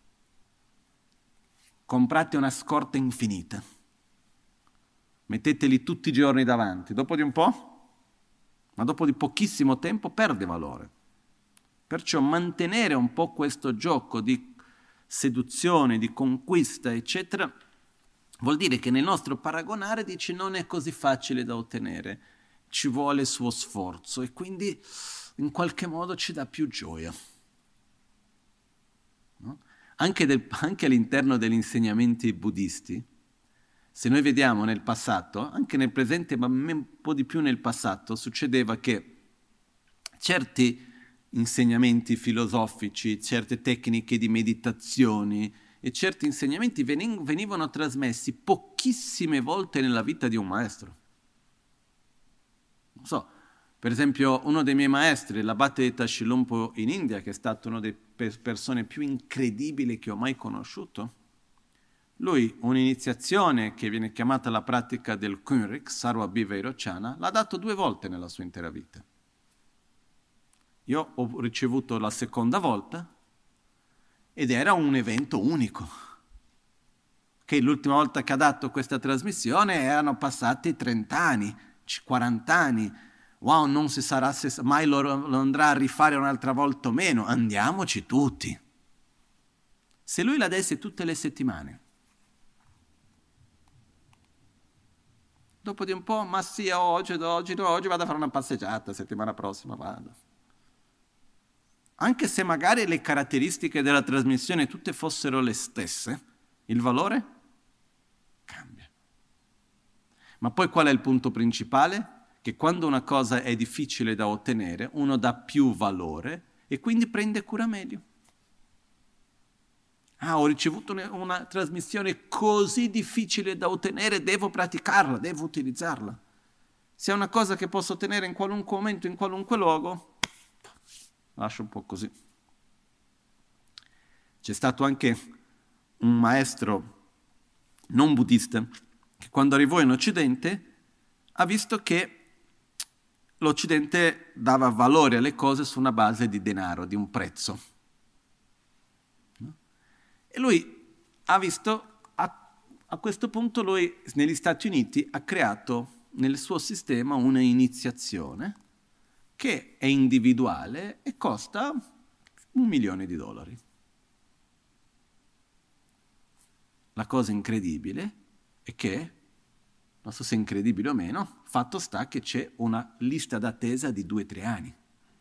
comprate una scorta infinita, metteteli tutti i giorni davanti, dopo di un po', ma dopo di pochissimo tempo, perde valore. Perciò mantenere un po' questo gioco di seduzione, di conquista, eccetera, vuol dire che nel nostro paragonare dice non è così facile da ottenere, ci vuole suo sforzo e quindi in qualche modo ci dà più gioia. No? Anche, del, anche all'interno degli insegnamenti buddisti, se noi vediamo nel passato, anche nel presente, ma un po' di più nel passato, succedeva che certi insegnamenti filosofici, certe tecniche di meditazioni e certi insegnamenti venivano trasmessi pochissime volte nella vita di un maestro. Non so, per esempio uno dei miei maestri, l'abate di Tashilhunpo in India, che è stato una delle persone più incredibili che ho mai conosciuto, lui un'iniziazione che viene chiamata la pratica del Kunrik, Sarva Bhivairochana, l'ha dato due volte nella sua intera vita. Io ho ricevuto la seconda volta ed era un evento unico. Che l'ultima volta che ha dato questa trasmissione erano passati trenta anni, quaranta anni. Wow, non si sarà se mai lo, lo andrà a rifare un'altra volta o meno. Andiamoci tutti. Se lui la desse tutte le settimane, dopo di un po', ma sì, oggi, oggi, oggi vado a fare una passeggiata, settimana prossima vado. Anche se magari le caratteristiche della trasmissione tutte fossero le stesse, il valore cambia. Ma poi qual è il punto principale? Che quando una cosa è difficile da ottenere, uno dà più valore e quindi prende cura meglio. Ah, ho ricevuto una, una trasmissione così difficile da ottenere, devo praticarla, devo utilizzarla. Se è una cosa che posso ottenere in qualunque momento, in qualunque luogo, lascio un po' così. C'è stato anche un maestro non buddista che quando arrivò in Occidente ha visto che l'Occidente dava valore alle cose su una base di denaro, di un prezzo. E lui ha visto, a, a questo punto lui negli Stati Uniti ha creato nel suo sistema una iniziazione che è individuale e costa un milione di dollari. La cosa incredibile è che, non so se è incredibile o meno, fatto sta che c'è una lista d'attesa di due o tre anni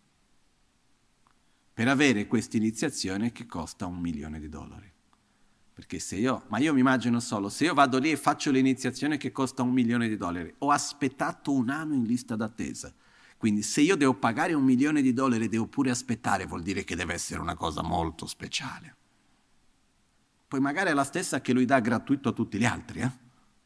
per avere questa iniziazione che costa un milione di dollari. Perché se io, ma io mi immagino solo, se io vado lì e faccio l'iniziazione che costa un milione di dollari, ho aspettato un anno in lista d'attesa. Quindi se io devo pagare un milione di dollari e devo pure aspettare, vuol dire che deve essere una cosa molto speciale. Poi magari è la stessa che lui dà gratuito a tutti gli altri, eh?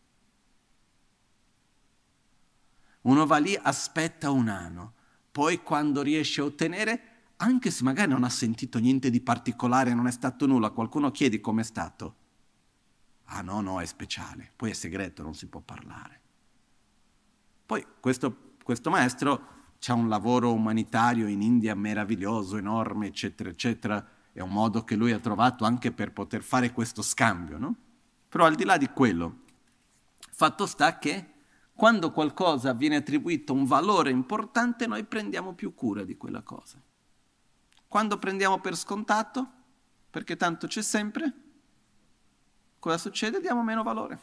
Uno va lì, aspetta un anno, poi quando riesce a ottenere, anche se magari non ha sentito niente di particolare, non è stato nulla, qualcuno chiede com'è stato. Ah no, no, è speciale, poi è segreto, non si può parlare. Poi questo, questo maestro c'ha un lavoro umanitario in India meraviglioso, enorme, eccetera, eccetera, è un modo che lui ha trovato anche per poter fare questo scambio, no? Però al di là di quello, fatto sta che quando qualcosa viene attribuito un valore importante, noi prendiamo più cura di quella cosa. Quando prendiamo per scontato, perché tanto c'è sempre, cosa succede? Diamo meno valore.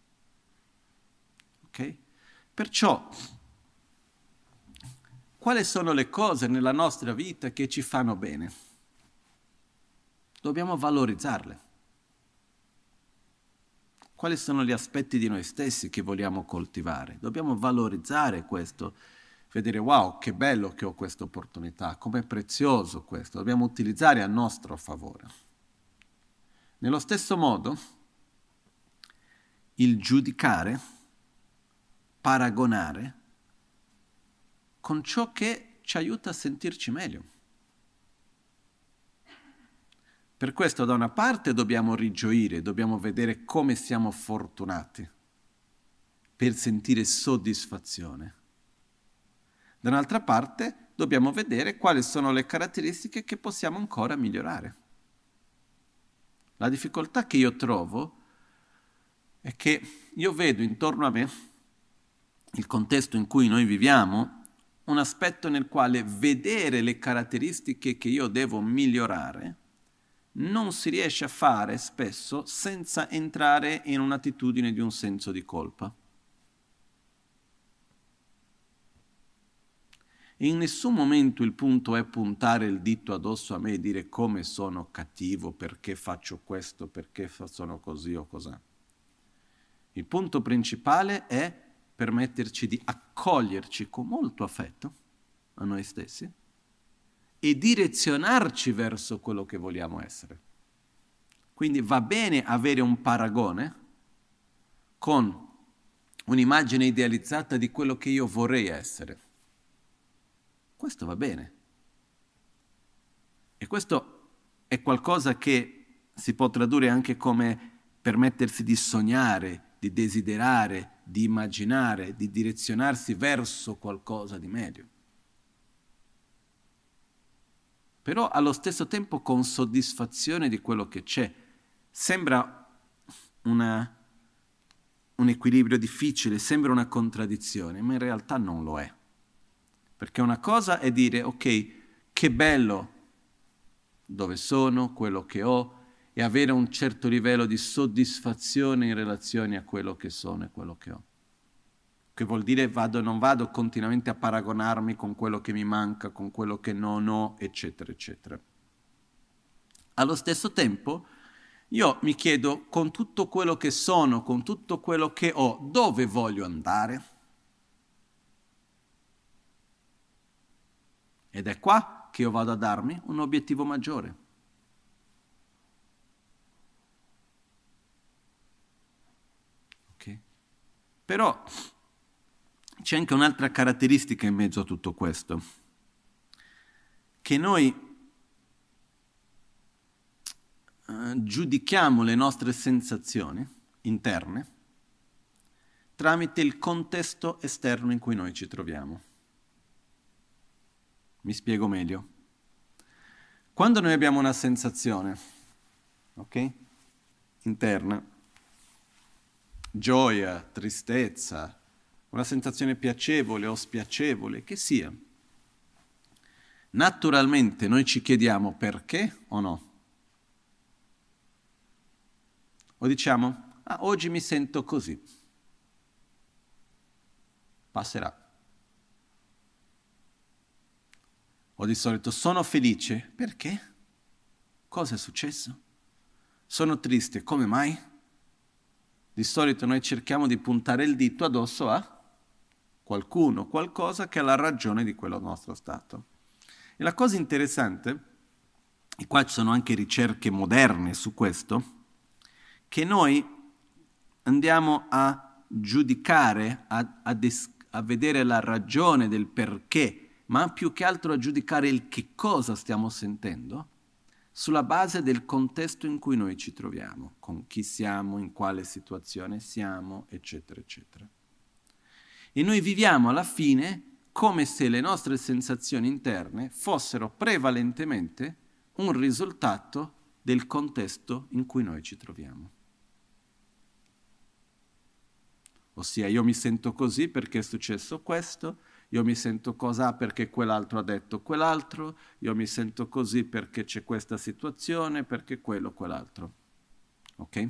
Ok? Perciò, quali sono le cose nella nostra vita che ci fanno bene? Dobbiamo valorizzarle. Quali sono gli aspetti di noi stessi che vogliamo coltivare? Dobbiamo valorizzare questo, vedere wow, che bello che ho questa opportunità, com'è prezioso questo, dobbiamo utilizzare a nostro favore. Nello stesso modo, il giudicare, paragonare con ciò che ci aiuta a sentirci meglio. Per questo da una parte dobbiamo rigioire, dobbiamo vedere come siamo fortunati per sentire soddisfazione. Da un'altra parte dobbiamo vedere quali sono le caratteristiche che possiamo ancora migliorare. La difficoltà che io trovo è che io vedo intorno a me, il contesto in cui noi viviamo, un aspetto nel quale vedere le caratteristiche che io devo migliorare non si riesce a fare spesso senza entrare in un'attitudine di un senso di colpa. In nessun momento il punto è puntare il dito addosso a me e dire come sono cattivo, perché faccio questo, perché sono così o così. Il punto principale è permetterci di accoglierci con molto affetto a noi stessi e direzionarci verso quello che vogliamo essere. Quindi va bene avere un paragone con un'immagine idealizzata di quello che io vorrei essere. Questo va bene. E questo è qualcosa che si può tradurre anche come permettersi di sognare, di desiderare, di immaginare, di direzionarsi verso qualcosa di meglio. Però allo stesso tempo con soddisfazione di quello che c'è. Sembra una, un equilibrio difficile, sembra una contraddizione, ma in realtà non lo è. Perché una cosa è dire, ok, che bello dove sono, quello che ho, e avere un certo livello di soddisfazione in relazione a quello che sono e quello che ho. Che vuol dire vado, non vado continuamente a paragonarmi con quello che mi manca, con quello che non ho, eccetera, eccetera. Allo stesso tempo, io mi chiedo, con tutto quello che sono, con tutto quello che ho, dove voglio andare? Ed è qua che io vado a darmi un obiettivo maggiore. Ok? Però c'è anche un'altra caratteristica in mezzo a tutto questo, che noi eh, giudichiamo le nostre sensazioni interne tramite il contesto esterno in cui noi ci troviamo. Mi spiego meglio. Quando noi abbiamo una sensazione, ok? Interna, gioia, tristezza, una sensazione piacevole o spiacevole, che sia, naturalmente noi ci chiediamo perché o no? O diciamo, ah, oggi mi sento così, passerà. O di solito sono felice, perché? Cosa è successo? Sono triste, come mai? Di solito noi cerchiamo di puntare il dito addosso a qualcuno, qualcosa che ha la ragione di quello nostro stato. E la cosa interessante, e qua ci sono anche ricerche moderne su questo, che noi andiamo a giudicare, a, a, des- a vedere la ragione del perché, ma più che altro a giudicare il che cosa stiamo sentendo, sulla base del contesto in cui noi ci troviamo, con chi siamo, in quale situazione siamo, eccetera, eccetera. E noi viviamo alla fine come se le nostre sensazioni interne fossero prevalentemente un risultato del contesto in cui noi ci troviamo. Ossia, io mi sento così perché è successo questo, io mi sento così perché quell'altro ha detto quell'altro, io mi sento così perché c'è questa situazione, perché quello, quell'altro. Ok?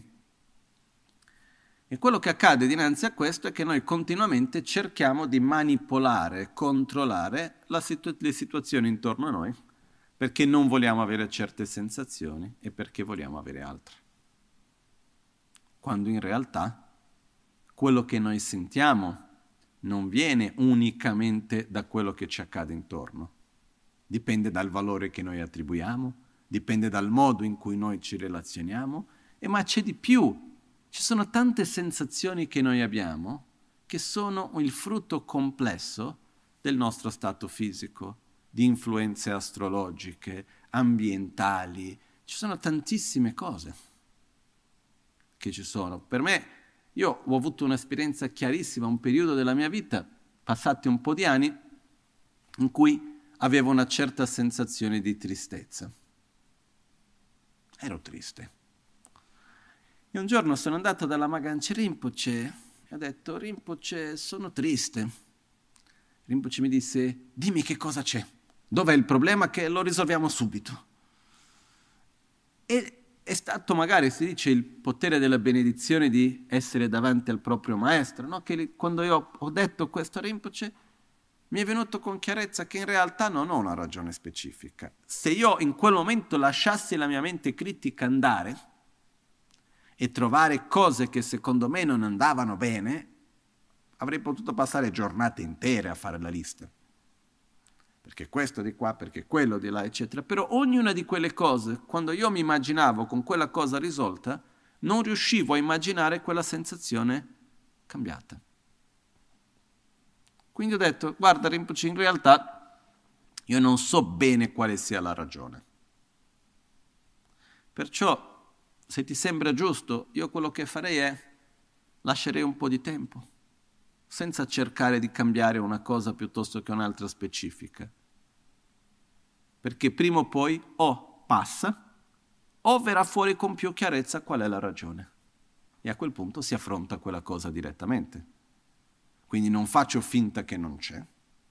E quello che accade dinanzi a questo è che noi continuamente cerchiamo di manipolare, controllare la situ- le situazioni intorno a noi, perché non vogliamo avere certe sensazioni e perché vogliamo avere altre. Quando in realtà quello che noi sentiamo non viene unicamente da quello che ci accade intorno. Dipende dal valore che noi attribuiamo, dipende dal modo in cui noi ci relazioniamo, e ma c'è di più. Ci sono tante sensazioni che noi abbiamo che sono il frutto complesso del nostro stato fisico, di influenze astrologiche, ambientali. Ci sono tantissime cose che ci sono. Per me, io ho avuto un'esperienza chiarissima, un periodo della mia vita, passati un po' di anni, in cui avevo una certa sensazione di tristezza. Ero triste. E un giorno sono andato dalla Maganchi Rinpoche e ho detto: Rinpoche, sono triste. Rinpoche mi disse: dimmi che cosa c'è, dov'è il problema, che lo risolviamo subito. E è stato, magari si dice, il potere della benedizione di essere davanti al proprio maestro, no? Che quando io ho detto questo a Rinpoche mi è venuto con chiarezza che in realtà non ho una ragione specifica. Se io in quel momento lasciassi la mia mente critica andare e trovare cose che secondo me non andavano bene, avrei potuto passare giornate intere a fare la lista. Perché questo di qua, perché quello di là, eccetera. Però ognuna di quelle cose, quando io mi immaginavo con quella cosa risolta, non riuscivo a immaginare quella sensazione cambiata. Quindi ho detto: guarda Rinpoche, in realtà io non so bene quale sia la ragione. Perciò, se ti sembra giusto, io quello che farei è lascerei un po' di tempo, senza cercare di cambiare una cosa piuttosto che un'altra specifica. Perché prima o poi o passa, o verrà fuori con più chiarezza qual è la ragione. E a quel punto si affronta quella cosa direttamente. Quindi non faccio finta che non c'è.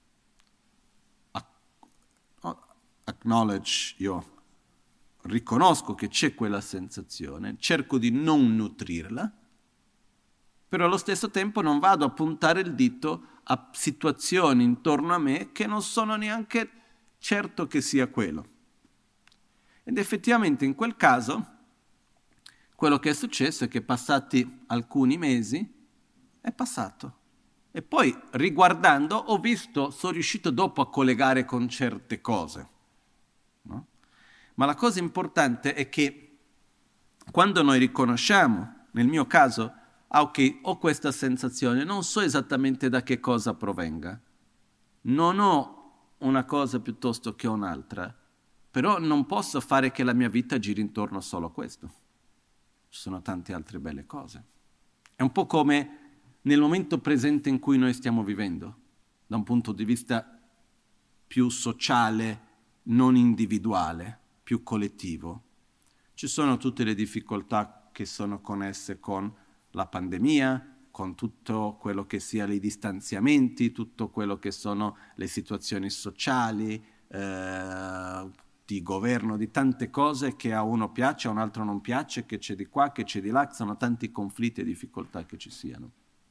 Acknowledge, io riconosco che c'è quella sensazione, cerco di non nutrirla, però allo stesso tempo non vado a puntare il dito a situazioni intorno a me che non sono neanche certo che sia quello. Ed effettivamente in quel caso quello che è successo è che passati alcuni mesi è passato. E poi riguardando ho visto, sono riuscito dopo a collegare con certe cose. No? Ma la cosa importante è che quando noi riconosciamo, nel mio caso, ah ok, ho questa sensazione, non so esattamente da che cosa provenga, non ho una cosa piuttosto che un'altra, però non posso fare che la mia vita giri intorno solo a questo. Ci sono tante altre belle cose. È un po' come nel momento presente in cui noi stiamo vivendo, da un punto di vista più sociale, non individuale, più collettivo. Ci sono tutte le difficoltà che sono connesse con la pandemia, con tutto quello che sia i distanziamenti, tutto quello che sono le situazioni sociali, eh, di governo, di tante cose che a uno piace, a un altro non piace, che c'è di qua, che c'è di là, che sono tanti conflitti e difficoltà che ci siano.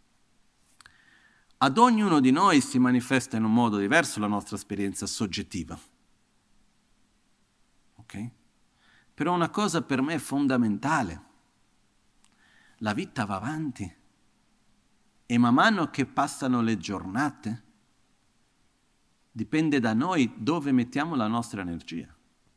Ad ognuno di noi si manifesta in un modo diverso la nostra esperienza soggettiva. Ok? Però una cosa per me è fondamentale. La vita va avanti e man mano che passano le giornate dipende da noi dove mettiamo la nostra energia.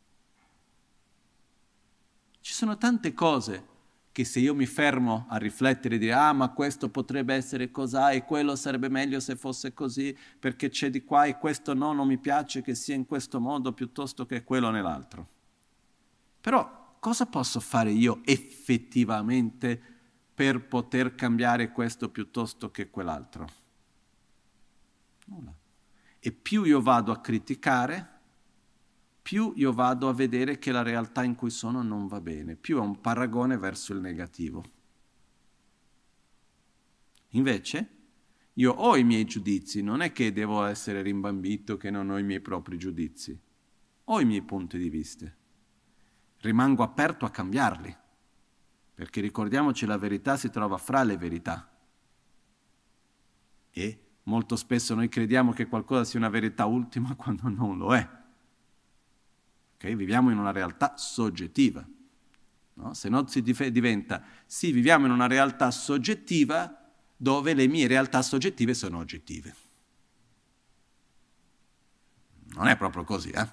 Ci sono tante cose che se io mi fermo a riflettere e dire ah ma questo potrebbe essere cos'ha e quello sarebbe meglio se fosse così perché c'è di qua e questo no, non mi piace che sia in questo modo piuttosto che quello nell'altro. Però cosa posso fare io effettivamente per poter cambiare questo piuttosto che quell'altro? Nulla. E più io vado a criticare, più io vado a vedere che la realtà in cui sono non va bene, più è un paragone verso il negativo. Invece, io ho i miei giudizi, non è che devo essere rimbambito che non ho i miei propri giudizi, ho i miei punti di vista. Rimango aperto a cambiarli, perché ricordiamoci la verità si trova fra le verità. E molto spesso noi crediamo che qualcosa sia una verità ultima quando non lo è. Okay? Viviamo in una realtà soggettiva. No? Se no si diventa, sì, viviamo in una realtà soggettiva dove le mie realtà soggettive sono oggettive. Non è proprio così, eh?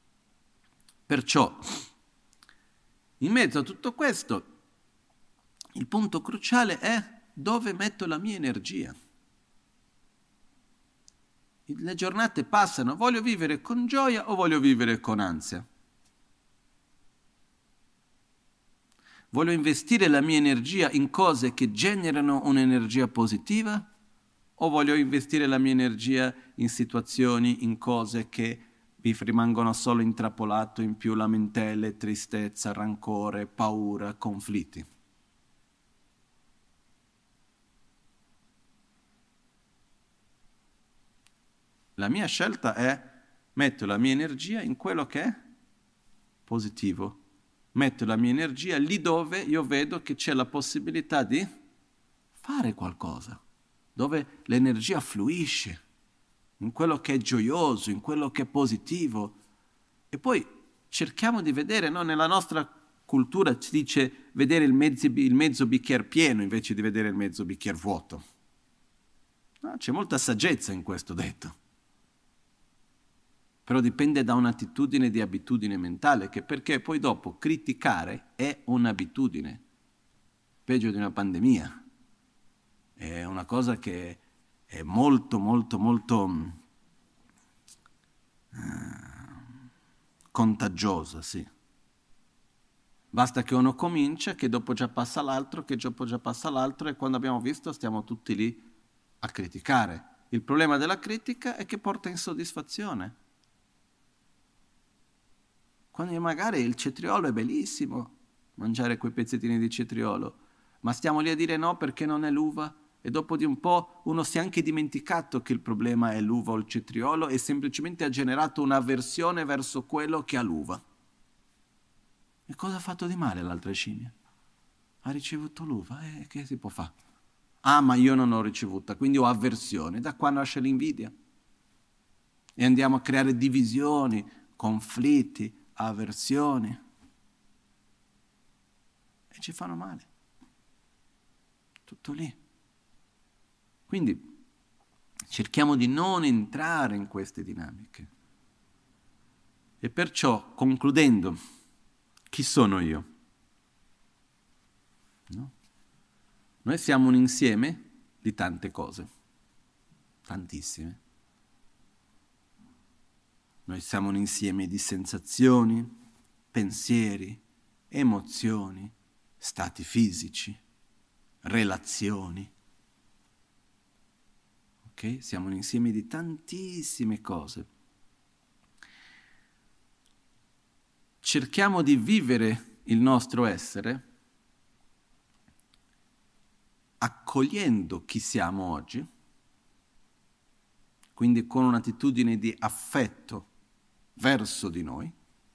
Perciò, in mezzo a tutto questo, Il punto cruciale è dove metto la mia energia. Le giornate passano, voglio vivere con gioia o voglio vivere con ansia? Voglio investire la mia energia in cose che generano un'energia positiva o voglio investire la mia energia in situazioni, in cose che vi rimangono solo intrappolato in più lamentele, tristezza, rancore, paura, conflitti? La mia scelta è metto la mia energia in quello che è positivo. Metto la mia energia lì dove io vedo che c'è la possibilità di fare qualcosa, dove l'energia fluisce, in quello che è gioioso, in quello che è positivo. E poi cerchiamo di vedere, no? Nella nostra cultura ci dice vedere il mezzo, il mezzo bicchiere pieno invece di vedere il mezzo bicchiere vuoto. No? C'è molta saggezza in questo detto. Però dipende da un'attitudine di abitudine mentale, che perché poi dopo criticare è un'abitudine, peggio di una pandemia. È una cosa che è molto, molto, molto uh, contagiosa, sì. Basta che uno comincia, che dopo già passa l'altro, che dopo già passa l'altro, e quando abbiamo visto stiamo tutti lì a criticare. Il problema della critica è che porta insoddisfazione. Quando magari il cetriolo è bellissimo, mangiare quei pezzettini di cetriolo, ma stiamo lì a dire no perché non è l'uva, e dopo di un po' uno si è anche dimenticato che il problema è l'uva o il cetriolo e semplicemente ha generato un'avversione verso quello che ha l'uva. E cosa ha fatto di male l'altra scimmia? Ha ricevuto l'uva, e che si può fare? Ah, ma io non ho ricevuta, quindi ho avversione. Da qua nasce l'invidia. E andiamo a creare divisioni, conflitti, avversioni, e ci fanno male. Tutto lì. Quindi cerchiamo di non entrare in queste dinamiche. E perciò, concludendo, chi sono io? No? Noi siamo un insieme di tante cose, tantissime. Noi siamo un insieme di sensazioni, pensieri, emozioni, stati fisici, relazioni. Ok? Siamo un insieme di tantissime cose. Cerchiamo di vivere il nostro essere accogliendo chi siamo oggi, quindi con un'attitudine di affetto verso di noi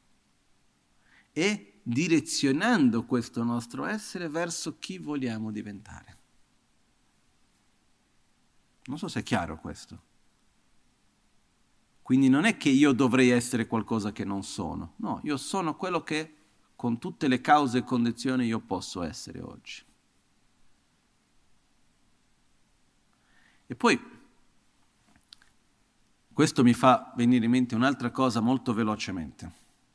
e direzionando questo nostro essere verso chi vogliamo diventare. Non so se è chiaro questo. Quindi non è che io dovrei essere qualcosa che non sono. No, io sono quello che con tutte le cause e condizioni io posso essere oggi. E poi questo mi fa venire in mente un'altra cosa molto velocemente.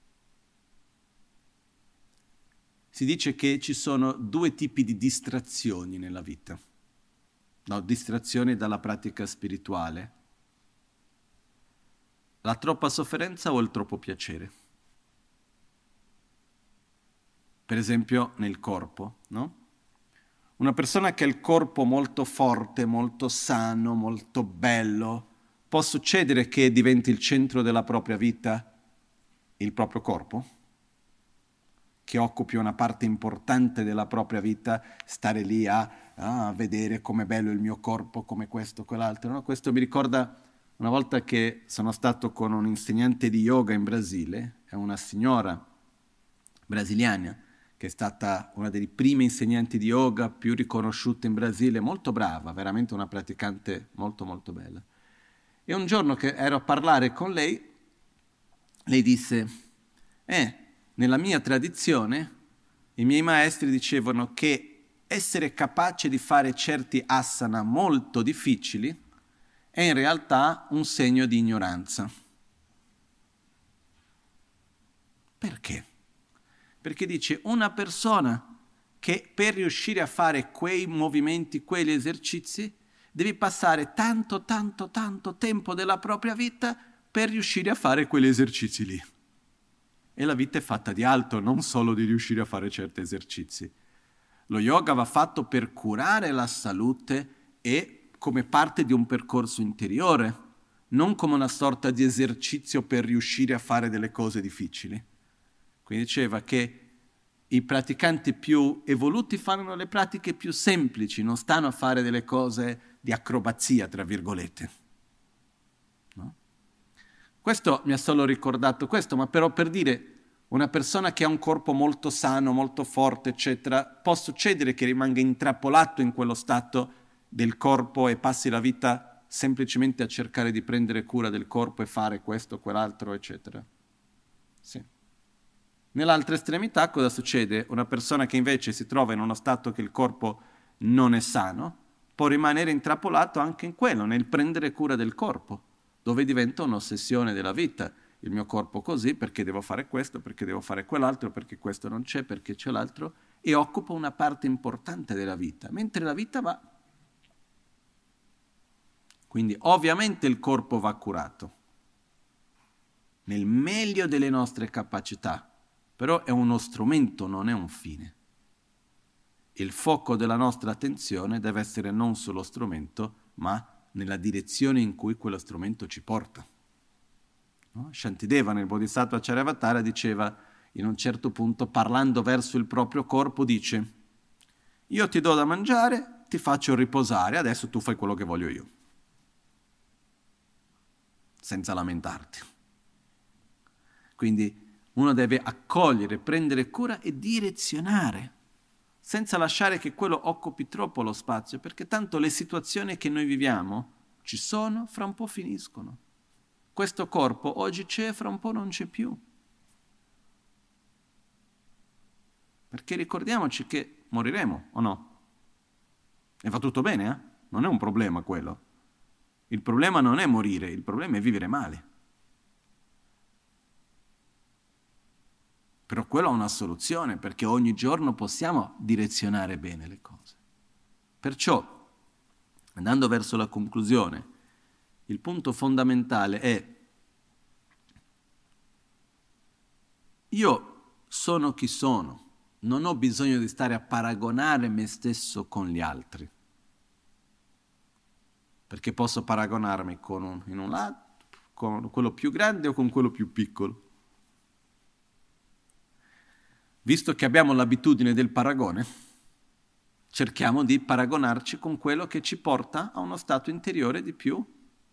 Si dice che ci sono due tipi di distrazioni nella vita. No, distrazioni dalla pratica spirituale. La troppa sofferenza o il troppo piacere? Per esempio nel corpo, no? Una persona che ha il corpo molto forte, molto sano, molto bello, può succedere che diventi il centro della propria vita il proprio corpo? Che occupi una parte importante della propria vita, stare lì a, a vedere com'è bello il mio corpo, come questo, quell'altro. No? Questo mi ricorda una volta che sono stato con un insegnante di yoga in Brasile, è una signora brasiliana, che è stata una delle prime insegnanti di yoga più riconosciute in Brasile, molto brava, veramente una praticante molto molto bella. E un giorno che ero a parlare con lei, lei disse, eh, nella mia tradizione i miei maestri dicevano che essere capace di fare certi asana molto difficili è in realtà un segno di ignoranza. Perché? Perché dice una persona che per riuscire a fare quei movimenti, quegli esercizi, devi passare tanto, tanto, tanto tempo della propria vita per riuscire a fare quegli esercizi lì. E la vita è fatta di altro, non solo di riuscire a fare certi esercizi. Lo yoga va fatto per curare la salute e come parte di un percorso interiore, non come una sorta di esercizio per riuscire a fare delle cose difficili. Quindi diceva che i praticanti più evoluti fanno le pratiche più semplici, non stanno a fare delle cose di acrobazia, tra virgolette. No? Questo mi ha solo ricordato questo, ma però per dire, una persona che ha un corpo molto sano, molto forte, eccetera, può succedere che rimanga intrappolato in quello stato del corpo e passi la vita semplicemente a cercare di prendere cura del corpo e fare questo, quell'altro, eccetera. Sì. Nell'altra estremità cosa succede? Una persona che invece si trova in uno stato che il corpo non è sano, può rimanere intrappolato anche in quello, nel prendere cura del corpo, dove diventa un'ossessione della vita. Il mio corpo così, perché devo fare questo, perché devo fare quell'altro, perché questo non c'è, perché c'è l'altro, e occupa una parte importante della vita, mentre la vita va. Quindi ovviamente il corpo va curato, nel meglio delle nostre capacità, però è uno strumento, non è un fine. Il fuoco della nostra attenzione deve essere non sullo strumento, ma nella direzione in cui quello strumento ci porta. No? Shantideva nel Bodhisattva Charyavatara diceva, in un certo punto, parlando verso il proprio corpo, dice: io ti do da mangiare, ti faccio riposare, adesso tu fai quello che voglio io. Senza lamentarti. Quindi uno deve accogliere, prendere cura e direzionare, senza lasciare che quello occupi troppo lo spazio, perché tanto le situazioni che noi viviamo ci sono, fra un po' finiscono. Questo corpo oggi c'è, fra un po' non c'è più. Perché ricordiamoci che moriremo, o no? E va tutto bene, eh? Non è un problema quello. Il problema non è morire, il problema è vivere male. Però quello ha una soluzione, perché ogni giorno possiamo direzionare bene le cose. Perciò, andando verso la conclusione, il punto fondamentale è: io sono chi sono, non ho bisogno di stare a paragonare me stesso con gli altri, perché posso paragonarmi con un, in un lato, con quello più grande o con quello più piccolo. Visto che abbiamo l'abitudine del paragone, cerchiamo di paragonarci con quello che ci porta a uno stato interiore di più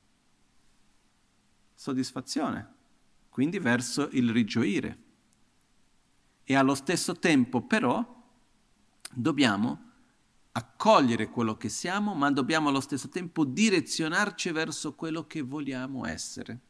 soddisfazione, quindi verso il rigioire. E allo stesso tempo, però, dobbiamo accogliere quello che siamo, ma dobbiamo allo stesso tempo direzionarci verso quello che vogliamo essere.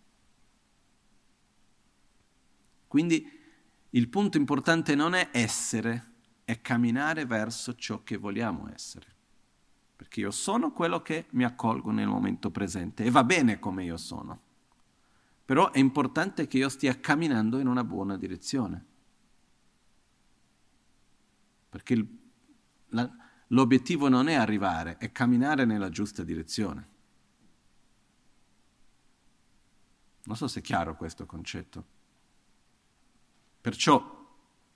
Quindi il punto importante non è essere, è camminare verso ciò che vogliamo essere. Perché io sono quello che mi accolgo nel momento presente e va bene come io sono. Però è importante che io stia camminando in una buona direzione. Perché il, la, l'obiettivo non è arrivare, è camminare nella giusta direzione. Non so se è chiaro questo concetto. Perciò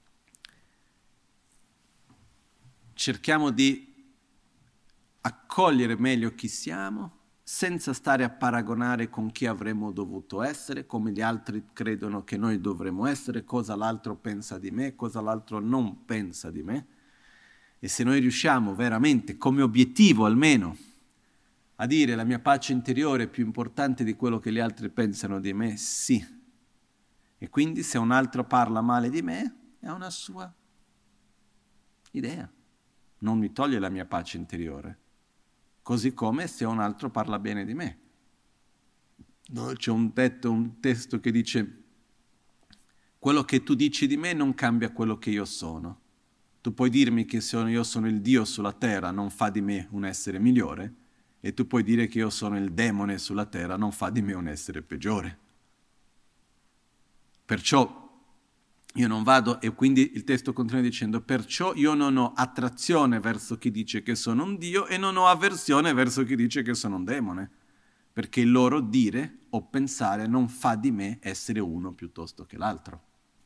cerchiamo di accogliere meglio chi siamo, senza stare a paragonare con chi avremmo dovuto essere, come gli altri credono che noi dovremmo essere, cosa l'altro pensa di me, cosa l'altro non pensa di me. E se noi riusciamo veramente, come obiettivo almeno, a dire la mia pace interiore è più importante di quello che gli altri pensano di me, sì. E quindi se un altro parla male di me, è una sua idea. Non mi toglie la mia pace interiore. Così come se un altro parla bene di me. No, c'è un detto, un testo che dice: quello che tu dici di me non cambia quello che io sono. Tu puoi dirmi che sono, io sono il Dio sulla terra, non fa di me un essere migliore, e tu puoi dire che io sono il demone sulla terra, non fa di me un essere peggiore. Perciò io non vado, e quindi il testo continua dicendo, perciò io non ho attrazione verso chi dice che sono un Dio e non ho avversione verso chi dice che sono un demone, perché il loro dire o pensare non fa di me essere uno piuttosto che l'altro.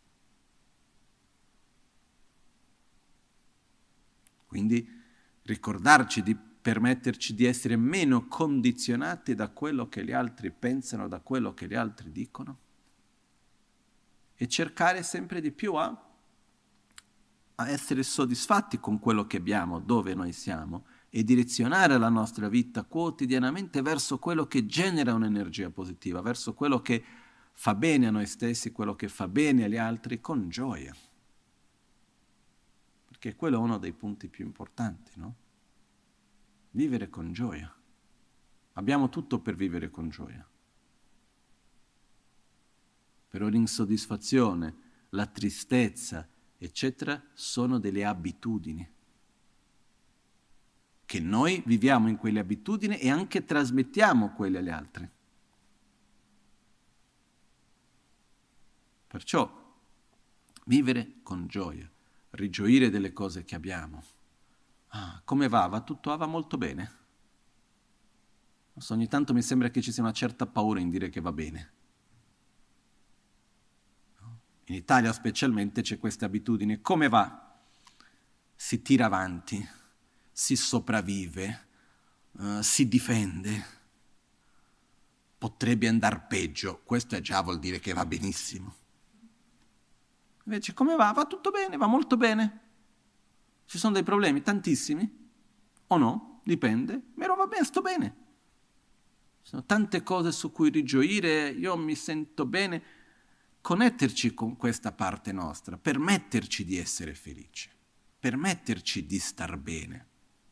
Quindi ricordarci di permetterci di essere meno condizionati da quello che gli altri pensano, da quello che gli altri dicono, e cercare sempre di più a, a essere soddisfatti con quello che abbiamo, dove noi siamo, e direzionare la nostra vita quotidianamente verso quello che genera un'energia positiva, verso quello che fa bene a noi stessi, quello che fa bene agli altri, con gioia. Perché quello è uno dei punti più importanti, no? Vivere con gioia. Abbiamo tutto per vivere con gioia. Però l'insoddisfazione, la tristezza, eccetera, sono delle abitudini. Che noi viviamo in quelle abitudini e anche trasmettiamo quelle agli altri. Perciò vivere con gioia, rigioire delle cose che abbiamo. Ah, come va? Va tutto? Ah, va molto bene. Ogni tanto mi sembra che ci sia una certa paura in dire che va bene. In Italia specialmente c'è questa abitudine. Come va? Si tira avanti, si sopravvive, uh, si difende. Potrebbe andare peggio. Questo già vuol dire che va benissimo. Invece come va? Va tutto bene, va molto bene. Ci sono dei problemi, tantissimi, o no? Dipende. Però va bene, sto bene. Ci sono tante cose su cui rigioire, io mi sento bene. Connetterci con questa parte nostra, permetterci di essere felici, permetterci di star bene.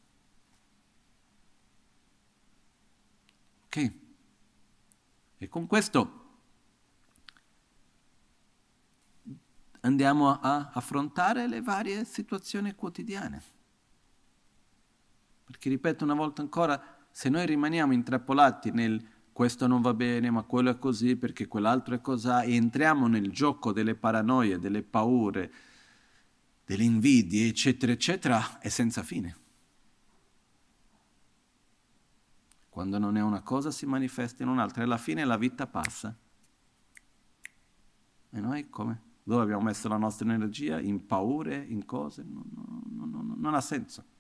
Ok? E con questo andiamo a affrontare le varie situazioni quotidiane. Perché, ripeto una volta ancora, se noi rimaniamo intrappolati nel questo non va bene, ma quello è così, perché quell'altro è così, e entriamo nel gioco delle paranoie, delle paure, delle invidie, eccetera, eccetera, è senza fine. Quando non è una cosa si manifesta in un'altra, e alla fine la vita passa. E noi come? Dove abbiamo messo la nostra energia? In paure, in cose? Non, non, non, non ha senso.